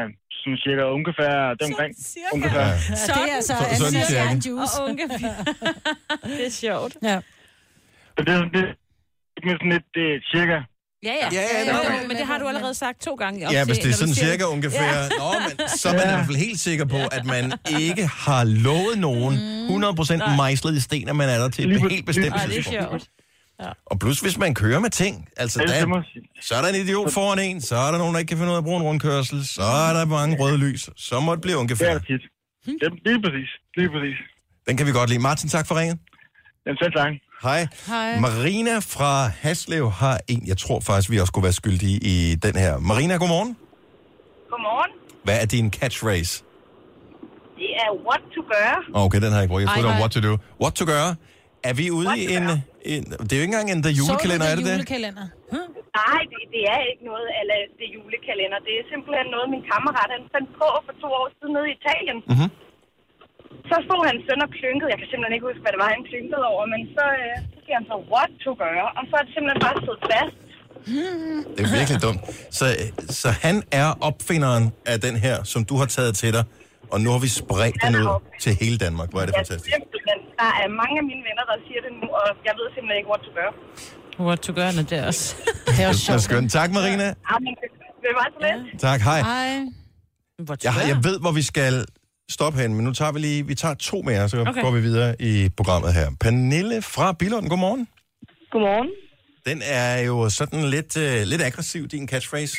sådan cirka ungefær det omkring. Ungefær. Ja, det er altså Så- sådan anden cirka. en juice. Og ungefær. Det er sjovt. Ja. Så det er sådan, det, det er sådan lidt, det er cirka. Ja, ja. Ja, ja, jo, det er jo, men det har du allerede sagt to gange. Ja, op hvis til, det er når du sådan siger cirka det. ungefær. Ja. Nå, men så er man i hvert fald helt sikker på, at man ikke har lovet nogen hundrede procent mejslet i sten, at man er der til et helt bestemt Ej, det er tidspunkt. sjovt. Ja. Og plus, hvis man kører med ting, altså Ja, der, det må jeg sige. så er der en idiot foran en, så er der nogen, der ikke kan finde ud af at bruge en rundkørsel, så er der mange røde lys, så må det blive Det er ungefær. det tit. Det, lige præcis. Lige præcis. Den kan vi godt lide. Martin, tak for ringen. Den selv tak. Hej. Hej. Marina fra Haslev har en, jeg tror faktisk, vi også skulle være skyldige i den her. Marina, godmorgen. Godmorgen. Hvad er din catchphrase? Det er what to gøre. Okay, den har jeg ikke brugt. Jeg Ej, troede, det var nej. what to do. What to gøre? Er vi ude What i to en, gøre? en... Det er jo ikke engang en der julekalender, Så er du det det? julekalender? Hm? Nej, det, det er ikke noget af det julekalender. Det er simpelthen noget, min kammerat han fandt på for to år siden nede i Italien. Mhm. Så stod han søn og klynkede. Jeg kan simpelthen ikke huske, hvad det var, han klynkede over. Men så, øh, så siger han så, what to gøre? Og så er det simpelthen bare stået fast. Det er virkelig dumt. Så, så han er opfinderen af den her, som du har taget til dig, og nu har vi spredt den ud til hele Danmark. Hvor er det Ja, fantastisk. simpelthen. Der er mange af mine venner, der siger det nu, og jeg ved simpelthen ikke, what to gøre. What to gøre, når det er også. Det er også Det er sjovt. skønt. Tak, Marina. Ja, men det, det var så lidt. Tak, hej. Hej. What to Jeg, gøre? jeg ved, hvor vi skal stoppe hen, men nu tager vi lige vi tager to mere, så Okay. går vi videre i programmet her. Pernille fra Billund, godmorgen. Godmorgen. Den er jo sådan lidt, uh, lidt aggressiv, din catchphrase.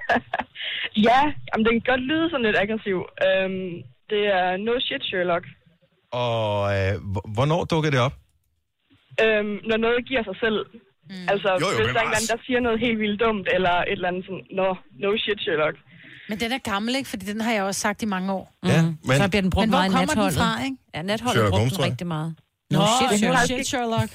Ja, jamen, den kan godt lyde sådan lidt aggressiv. Øhm, det er no shit, Sherlock. Og uh, h- hvornår dukker det op? Øhm, når noget giver sig selv. Mm. Altså, Jo, jo, hvis men der er en eller Mars. anden, der siger noget helt vildt dumt, eller et eller andet sådan, no, no shit, Sherlock. Men den er gammel, ikke? Fordi den har jeg også sagt i mange år. Ja, Mm. men Så bliver den brugt Men hvor meget i kommer den natholdet. fra, ikke? Ja, natholdet Sherlock brugte Holmes, den tror jeg. rigtig meget. Nå, No shit, no Sherlock. shit, Sherlock.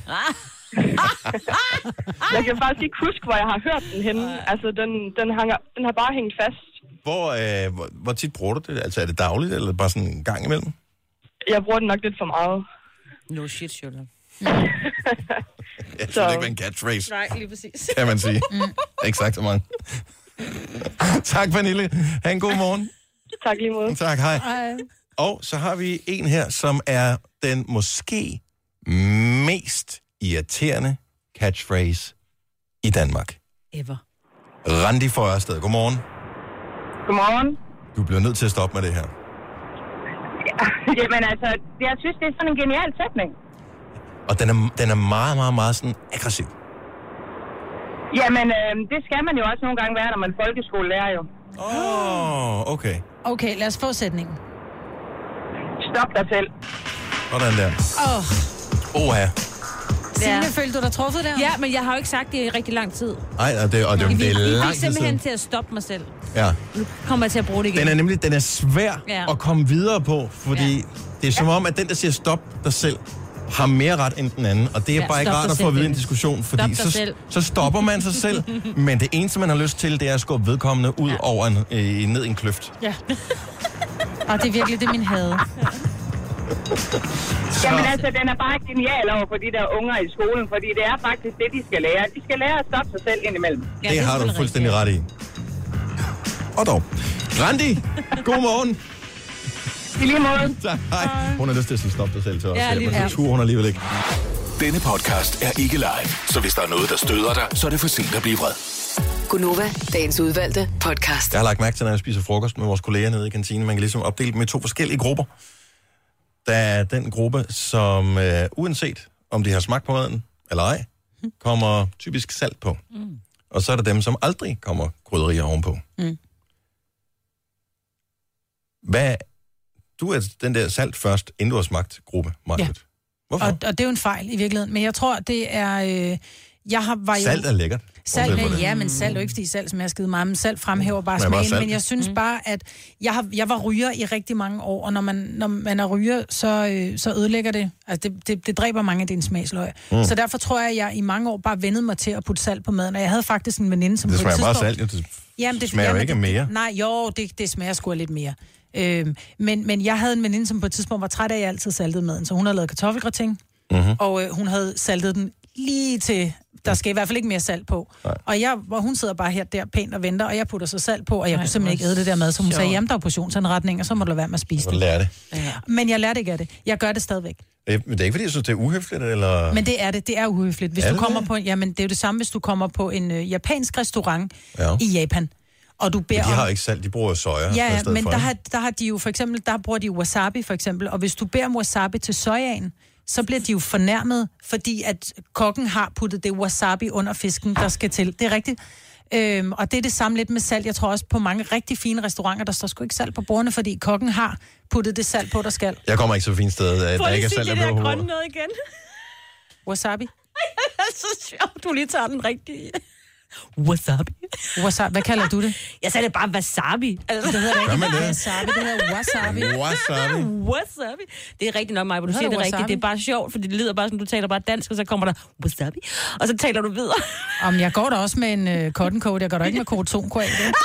Jeg kan faktisk ikke huske, hvor jeg har hørt den henne. Altså, den, den, hanger, den har bare hængt fast. Hvor, uh, hvor, hvor tit bruger du det? Altså er det dagligt, eller bare sådan en gang imellem? Jeg bruger den nok lidt for meget. No shit, Sherlock. Jeg synes det ikke var en catchphrase, Nej, lige præcis. kan man sige. Ikke sagt så mange. Tak, Pernille. Ha' en god morgen. Tak lige måde. Tak, hej. Hej. Og så har vi en her, som er den måske mest irriterende catchphrase i Danmark. Ever. Randi fra Ørsted, godmorgen. Godmorgen. Du bliver nødt til at stoppe med det her. Jamen altså, jeg synes, det er sådan en genial sætning. Og den er, den er meget, meget, meget sådan aggressiv. Jamen, øh, det skal man jo også nogle gange være, når man er folkeskolelærer jo. Åh, oh, okay. Okay, lad os få sætningen. Stop dig selv. Sådan der. Åh, oh, Oha. Signe, Ja. følte du dig truffet der? Ja, men jeg har jo ikke sagt det i rigtig lang tid. Ej, og det, og det, Vi, det er vi lang fik tid simpelthen siden. til at stoppe mig selv. Ja. Nu kommer jeg til at bruge det igen. Den er nemlig den er svær Ja. at komme videre på, fordi ja. det er som om, at den, der siger stop dig selv, har mere ret end den anden. Og det er Ja, bare ikke stop rart dig at få selv, at vide i en Dennis. diskussion, fordi Stop dig så, selv. så stopper man sig selv, men det eneste, man har lyst til, det er at skubbe vedkommende ud ja. over en, øh, ned i en kløft. Ja. Og det er virkelig det, min hade. Jamen altså, den er bare genial over for de der unger i skolen, fordi det er faktisk det, de skal lære. De skal lære at stoppe sig selv indimellem. Ja, det, det har du fuldstændig ret i. Og dog. Randi, god morgen. I lige måde. Tak, hej. Hun har lyst til at sige stop dig selv til os, Ja, ja, lige men så der. turer hun alligevel ikke. Denne podcast er ikke live, så hvis der er noget, der støder dig, så er det for sent at blive vred. Gunova, dagens udvalgte podcast. Jeg har lagt mærke til, når jeg spiser frokost med vores kolleger nede i kantinen, man kan ligesom opdele dem i to forskellige grupper. Der er den gruppe, som øh, uanset om de har smagt på maden eller ej, kommer typisk salt på. Mm. Og så er der dem, som aldrig kommer krydderier ovenpå. Mm. Hvad? Du er den der salt først, inden du har smagt gruppe, Margaret. Ja. Hvorfor? Og, og det er jo en fejl i virkeligheden. Men jeg tror, det er... Øh, jeg har, var jo, Salt er lækkert. Salt, Bortset fra med, det. ja, men salt er jo ikke, fordi salt smager skide meget, men salt fremhæver bare Men bare smagen. salt. Men jeg synes mm. bare, at jeg, har, jeg var ryger i rigtig mange år, og når man, når man er ryger, så, øh, så ødelægger det. Altså, det, det, det dræber mange af dine smagsløg. Mm. Mm. Så derfor tror jeg, at jeg i mange år bare vendede mig til at putte salt på maden. Og jeg havde faktisk en veninde, som Det på et smager bare tidspunkt... salt, jo. Det Jamen, det smager jo jamen, ikke det, mere. Nej, jo, det, det smager sgu af lidt mere. Øhm, men, men jeg havde en veninde, som på et tidspunkt var træt af, at jeg altid saltede maden. Så hun havde lavet kartoffelgratin, mm-hmm. og øh, hun havde saltet den lige til, Der skal i hvert fald ikke mere salt på. Nej. Og jeg, hvor hun sidder bare her der pænt og venter, og jeg putter så salt på, og jeg Nej, kunne simpelthen ikke æde det der mad. Så hun sagde, jamen der er portionsanretning, og så må du lade være med at spise det. Lære det. Ja. Men jeg lærte ikke af det. Jeg gør det stadigvæk. Men det er ikke, fordi jeg synes, det er uhøfligt, eller... Men det er det. Det er uhøfligt. Hvis er du det kommer det? på... Jamen, det er jo det samme, hvis du kommer på en øh, japansk restaurant ja. i Japan. Og du beder men de har om... ikke salt, de bruger soja. Ja, i stedet men for, der har, der har de jo for eksempel, der bruger de wasabi for eksempel, og hvis du beder om wasabi til sojaen, så bliver de jo fornærmet, fordi at kokken har puttet det wasabi under fisken, der skal til. Det er rigtigt. Øhm, og det er det samme lidt med salt. Jeg tror også på mange rigtig fine restauranter, der står sgu ikke salt på bordene, fordi kokken har puttet det salt på, der skal. Jeg kommer ikke så fint sted, at der ikke er salt på bordet. Prøv lige noget igen. Wasabi? Det er så sjovt, du lige tager den rigtige. Wasabi. Wasabi. Hvad kalder du det? Jeg sagde det bare wasabi. Altså, det hedder ikke det? Wasabi, det hedder wasabi. Wasabi. Wasabi. Det er rigtigt nok, Maja, du Hedder siger det wasabi? rigtigt. Det er bare sjovt, fordi det lyder bare som, du taler bare dansk, og så kommer der wasabi, og så taler du videre. Om jeg går da også med en uh, cotton coat. Jeg går da ikke med kortonkoat.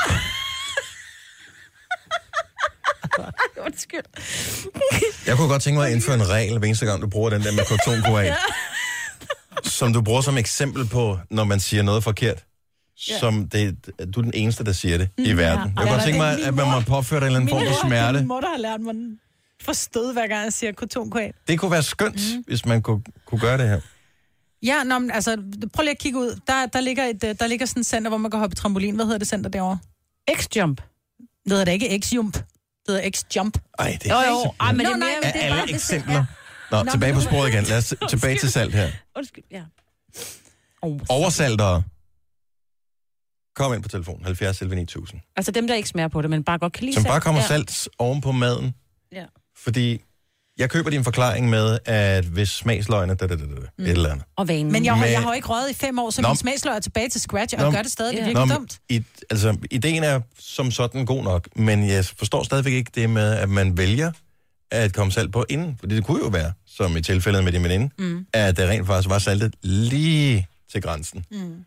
Undskyld. Jeg kunne godt tænke mig at indføre en regel, hver eneste gang du bruger den der med kortonkoat. Som du bruger som eksempel på, når man siger noget forkert. Ja. Som det, du er den eneste, der siger det i verden. Jeg kunne godt tænke mig, at man må påføre dig en eller anden form for smerte. Min mor, der har lært mig forstået, hver gang jeg siger kortonkoat. Det kunne være skønt, mm. hvis man kunne, kunne gøre det her. Ja, nå, men, altså, prøv lige at kigge ud. Der, der, ligger et, der ligger sådan et center, hvor man kan hoppe i trampolin. Hvad hedder det center derovre? X-jump. Det hedder det ikke X-jump. Det hedder X-jump. Ej, det er jo, jo. Ej, men Nå, det er nej, mere... men det er alle bare, eksempler. Nå, Nå, tilbage på sporet igen. Lad os tilbage til salt her. Undskyld, ja. Oversaltere. Kom ind på telefonen, halvfjerds elleve ni tusind. Altså dem, der ikke smager på det, men bare godt kan lide Som salt. bare kommer ja. salt oven på maden. Ja. Fordi jeg køber din forklaring med, at hvis smagsløgene, da, da, da, da, mm. et eller andet. Og vanen. Men jeg, har, Med- jeg har jo ikke røget i fem år, så Nå. min smagsløg er tilbage til scratch, og Nå. jeg gør det stadig. Det er Ja. virkelig Nå, dumt. i, altså, ideen er som sådan god nok, men jeg forstår stadigvæk ikke det med, at man vælger at komme salt på inden. Fordi det kunne jo være, som i tilfældet med din veninde, mm. at det rent faktisk var saltet lige til grænsen. Mm.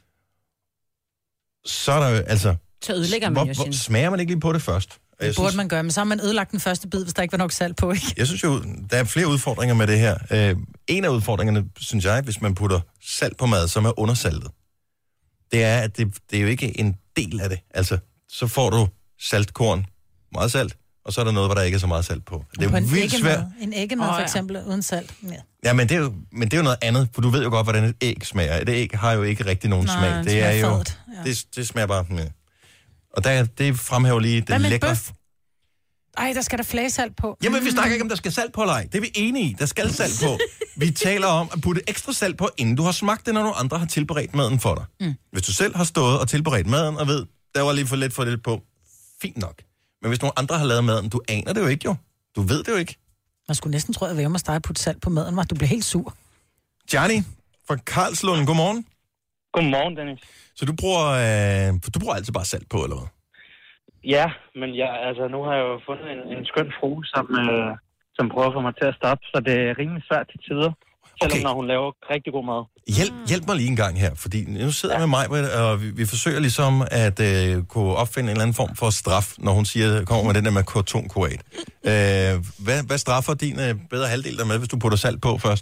Så er der jo, altså... Så ødelægger man hvor, jo hvor, sin... Smager man ikke lige på det først? Og Det jeg burde synes, man gøre, men så har man ødelagt den første bid, hvis der ikke var nok salt på, ikke? jeg synes jo, der er flere udfordringer med det her. Øh, en af udfordringerne, synes jeg, hvis man putter salt på mad, som er undersaltet, det er, at det, det er jo ikke en del af det. Altså, så får du saltkorn, meget salt, og så er der noget, hvor der ikke er så meget salt på. Det er på jo en vildt æggemad. svært. En æggemad Åh, for ja. eksempel, uden salt. Ja. Ja, men det, er jo, men det er jo noget andet, for du ved jo godt, hvordan et æg smager. Et æg har jo ikke rigtig nogen Nej, smag. det Det er smager jo, fadet, ja. det, det smager bare... Med. Og der, det fremhæver lige Hvad det med lækre. bøf? Ej, der skal der flagesalt på. Jamen, vi snakker ikke om, der skal salt på eller ej. Det er vi enige i. Der skal salt på. Vi taler om at putte ekstra salt på, inden du har smagt det, når nogle andre har tilberedt maden for dig. Mm. Hvis du selv har stået og tilberedt maden og ved, der var lige for lidt for lidt på, fint nok. Men hvis nogle andre har lavet maden, du aner det jo ikke jo. Du ved det jo ikke. Man skulle næsten tro, at jeg var hjemme og stege putte salt på maden, var du bliver helt sur. Johnny fra Karlslund, godmorgen. Godmorgen, Dennis. Så du bruger, øh, du bruger altid bare salt på, eller hvad? Ja, men jeg, altså, nu har jeg jo fundet en, en skøn frue, som, øh, som prøver at få mig til at stoppe, så det er rimelig svært til tider, selvom Okay. når hun laver rigtig god mad. Hjælp, hjælp mig lige en gang her, fordi nu sidder jeg med mig, og vi, vi forsøger ligesom at øh, kunne opfinde en eller anden form for straf, når hun siger, kommer med den der med kortonkoat. Øh, hvad, hvad straffer din øh, bedre halvdel der med, hvis du putter salt på først?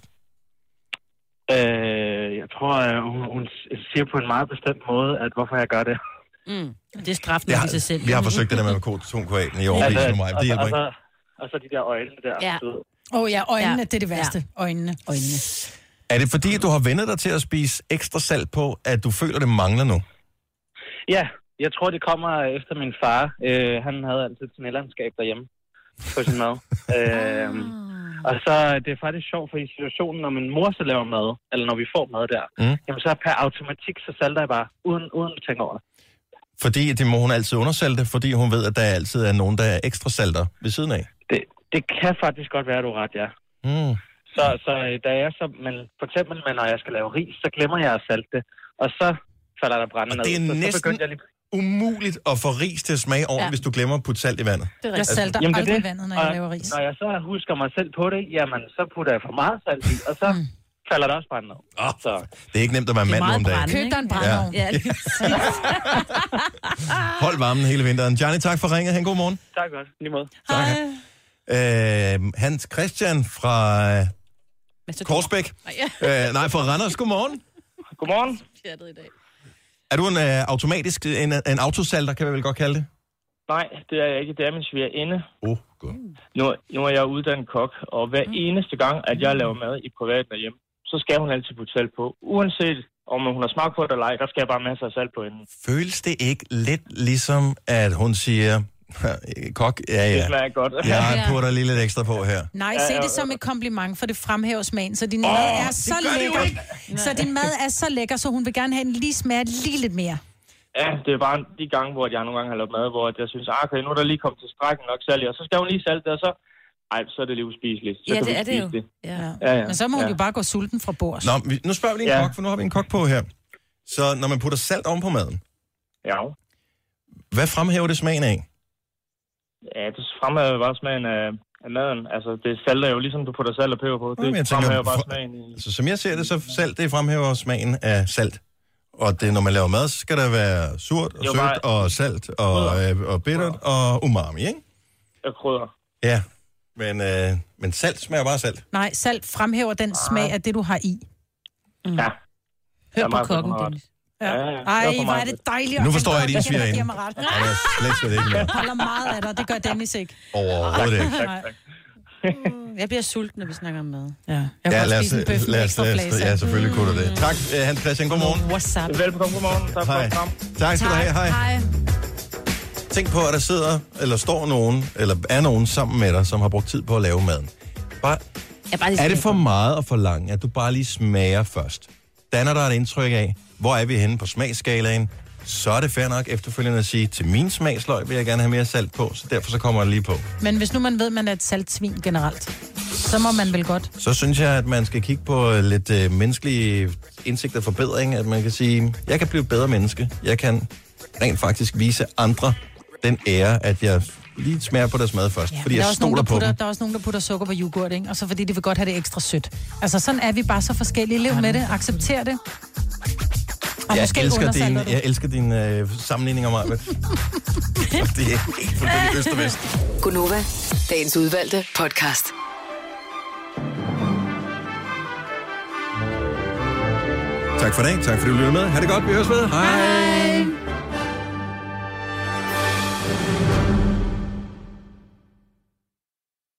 Øh, jeg tror, øh, hun, hun siger på en meget bestemt måde, at hvorfor jeg gør det. Mm. Det er straf Jeg nok i sig selv. har, vi har forsøgt det der med kortonkoaten i overvis Altså, med mig, men og, det hjælper og, ikke. så, og så de der øjne der. Ja. du ved. Åh oh, ja, øjnene, Ja. det er det værste. Ja. Øjnene. Øjnene. Er det fordi, du har vendet dig til at spise ekstra salt på, at du føler, det mangler nu? Ja, jeg tror, det kommer efter min far. Øh, han havde altid et snællandskab derhjemme på sin mad. øh, og så det er faktisk sjovt, for i situationen, når min mor så laver mad, eller når vi får mad der, Mm. jamen så per automatik, så salter jeg bare, uden, uden at tænke over det. Fordi det må hun altid undersalte, fordi hun ved, at der altid er nogen, der er ekstra salter ved siden af. det. Det kan faktisk godt være, du er ret, ja. Mm. Så, så da jeg så, men for eksempel, men når jeg skal lave ris, så glemmer jeg at salte det, og så falder der brænder Og ned. det er så, så næsten begyndte jeg lige... umuligt at få ris til at smage ordentligt, Ja. hvis du glemmer at putte salt i vandet. Det er Jeg rigtigt. salter Jamen, det er aldrig det. vandet, når jeg Og laver ris. Når jeg så husker mig selv på det, jamen, så putter jeg for meget salt i, og så Mm. falder der også brænde ned. Oh, Så det er ikke nemt at være Det er mand nu meget om dagen. brændende, Køb dig en ikke? brændeovn. Ja, lige præcis. Hold varmen hele vinteren. Johnny, tak for ringet. Ha' en god morgen. tak godt, lige måde. Hej. Øh, Hans Christian fra øh, Korsbæk. Øh, nej, fra Randers. Godmorgen. Godmorgen. Pjattet i dag. Er du en øh, automatisk, en, en autosalter, kan vi vel godt kalde det? Nej, det er jeg ikke. Det er min svigerinde. Åh, oh, godt. Nu, nu er jeg uddannet kok, og hver eneste gang, at jeg laver mad i privat derhjemme, så skal hun altid putte salt på. Uanset om hun har smagt på det eller ej, der skal jeg bare masser af salt på inden. Føles det ikke lidt ligesom, at hun siger, kok, ja ja, Det smager godt. jeg putter lige lidt ekstra på her. Nej, se det som et kompliment, for det fremhæver smagen, så din oh, mad er så lækker. Så din mad er så lækker, så hun vil gerne have en lige smag lige lidt mere. Ja, det er bare de gange, hvor jeg nogle gange har lavet mad, hvor jeg synes, ah, okay, nu er der lige kommet til strækken nok salt, og så skal hun lige salte det, og så... Ej, så er det lige uspiseligt. Så Ja, det er det jo. Det. Ja. Ja, ja. Men så må hun ja. jo bare gå sulten fra bords. Nå, vi, nu spørger vi lige en Ja. kok, for nu har vi en kok på her. Så når man putter salt oven på maden, Ja. hvad fremhæver det smagen af? Ja, det fremhæver bare smagen af, af maden. Altså, det salter jo ligesom, du putter salt og peber på. Det Jamen, jeg tænker, fremhæver bare for- smagen i... Så som jeg ser det, så salt, det fremhæver smagen af salt. Og det, når man laver mad, så skal der være surt og Jo, sødt bare- og salt og, øh, og bittert og umami, ikke? Og krydder. Ja, men, øh, men salt smager bare salt. Nej, salt fremhæver den smag af det, du har i. Ja. Hør Jeg er på meget kokken, for Dennis. Ja. Ja, ja. Ej, Det er for hvor er meget. det dejligt. Nu forstår jeg din din svigerinde. svigerinde. Og det er slet, slet ikke Jeg noget. holder meget af dig, det gør Dennis ikke. Overhovedet ikke. Nej. Jeg bliver sulten, når vi snakker om mad. Ja, jeg Ja, kan lad godt os, spise en bøf med lad os, ekstra lad os, flæser. ja, selvfølgelig kunne du det. Tak, øh, Hans Christian. Godmorgen. What's up? Velbekomme, godmorgen. Tak for Hej. at komme. Tak skal du have. Hej. Hej. Tænk på, at der sidder, eller står nogen, eller er nogen sammen med dig, som har brugt tid på at lave maden. Bare, Jeg bare lige er det smager for på. meget at forlange, at du bare lige smager først? Danner der et indtryk af, hvor er vi henne på smagsskalaen? Så er det fair nok efterfølgende at sige, til min smagsløg vil jeg gerne have mere salt på, så derfor så kommer jeg lige på. Men hvis nu man ved, at man er et saltsvin generelt, så må man vel godt. Så synes jeg, at man skal kigge på lidt øh, menneskelig indsigt og forbedring, at man kan sige, jeg kan blive et bedre menneske. Jeg kan rent faktisk vise andre den ære, at jeg lige smager på deres mad først, ja, fordi der er jeg også nogen, stoler der på putter, dem. der er også nogen, der putter sukker på yoghurt, ikke? Og så fordi de vil godt have det ekstra sødt. Altså sådan er vi bare så forskellige. Lev med det, accepter det. Og Jeg måske elsker, din, undersalter du. jeg elsker dine øh, sammenligninger, Maja. Det er helt fuldstændig øst og vest. Gunova, dagens udvalgte podcast. Tak for det. Tak fordi du lyttede med. Ha' det godt. Vi høres ved. Hej.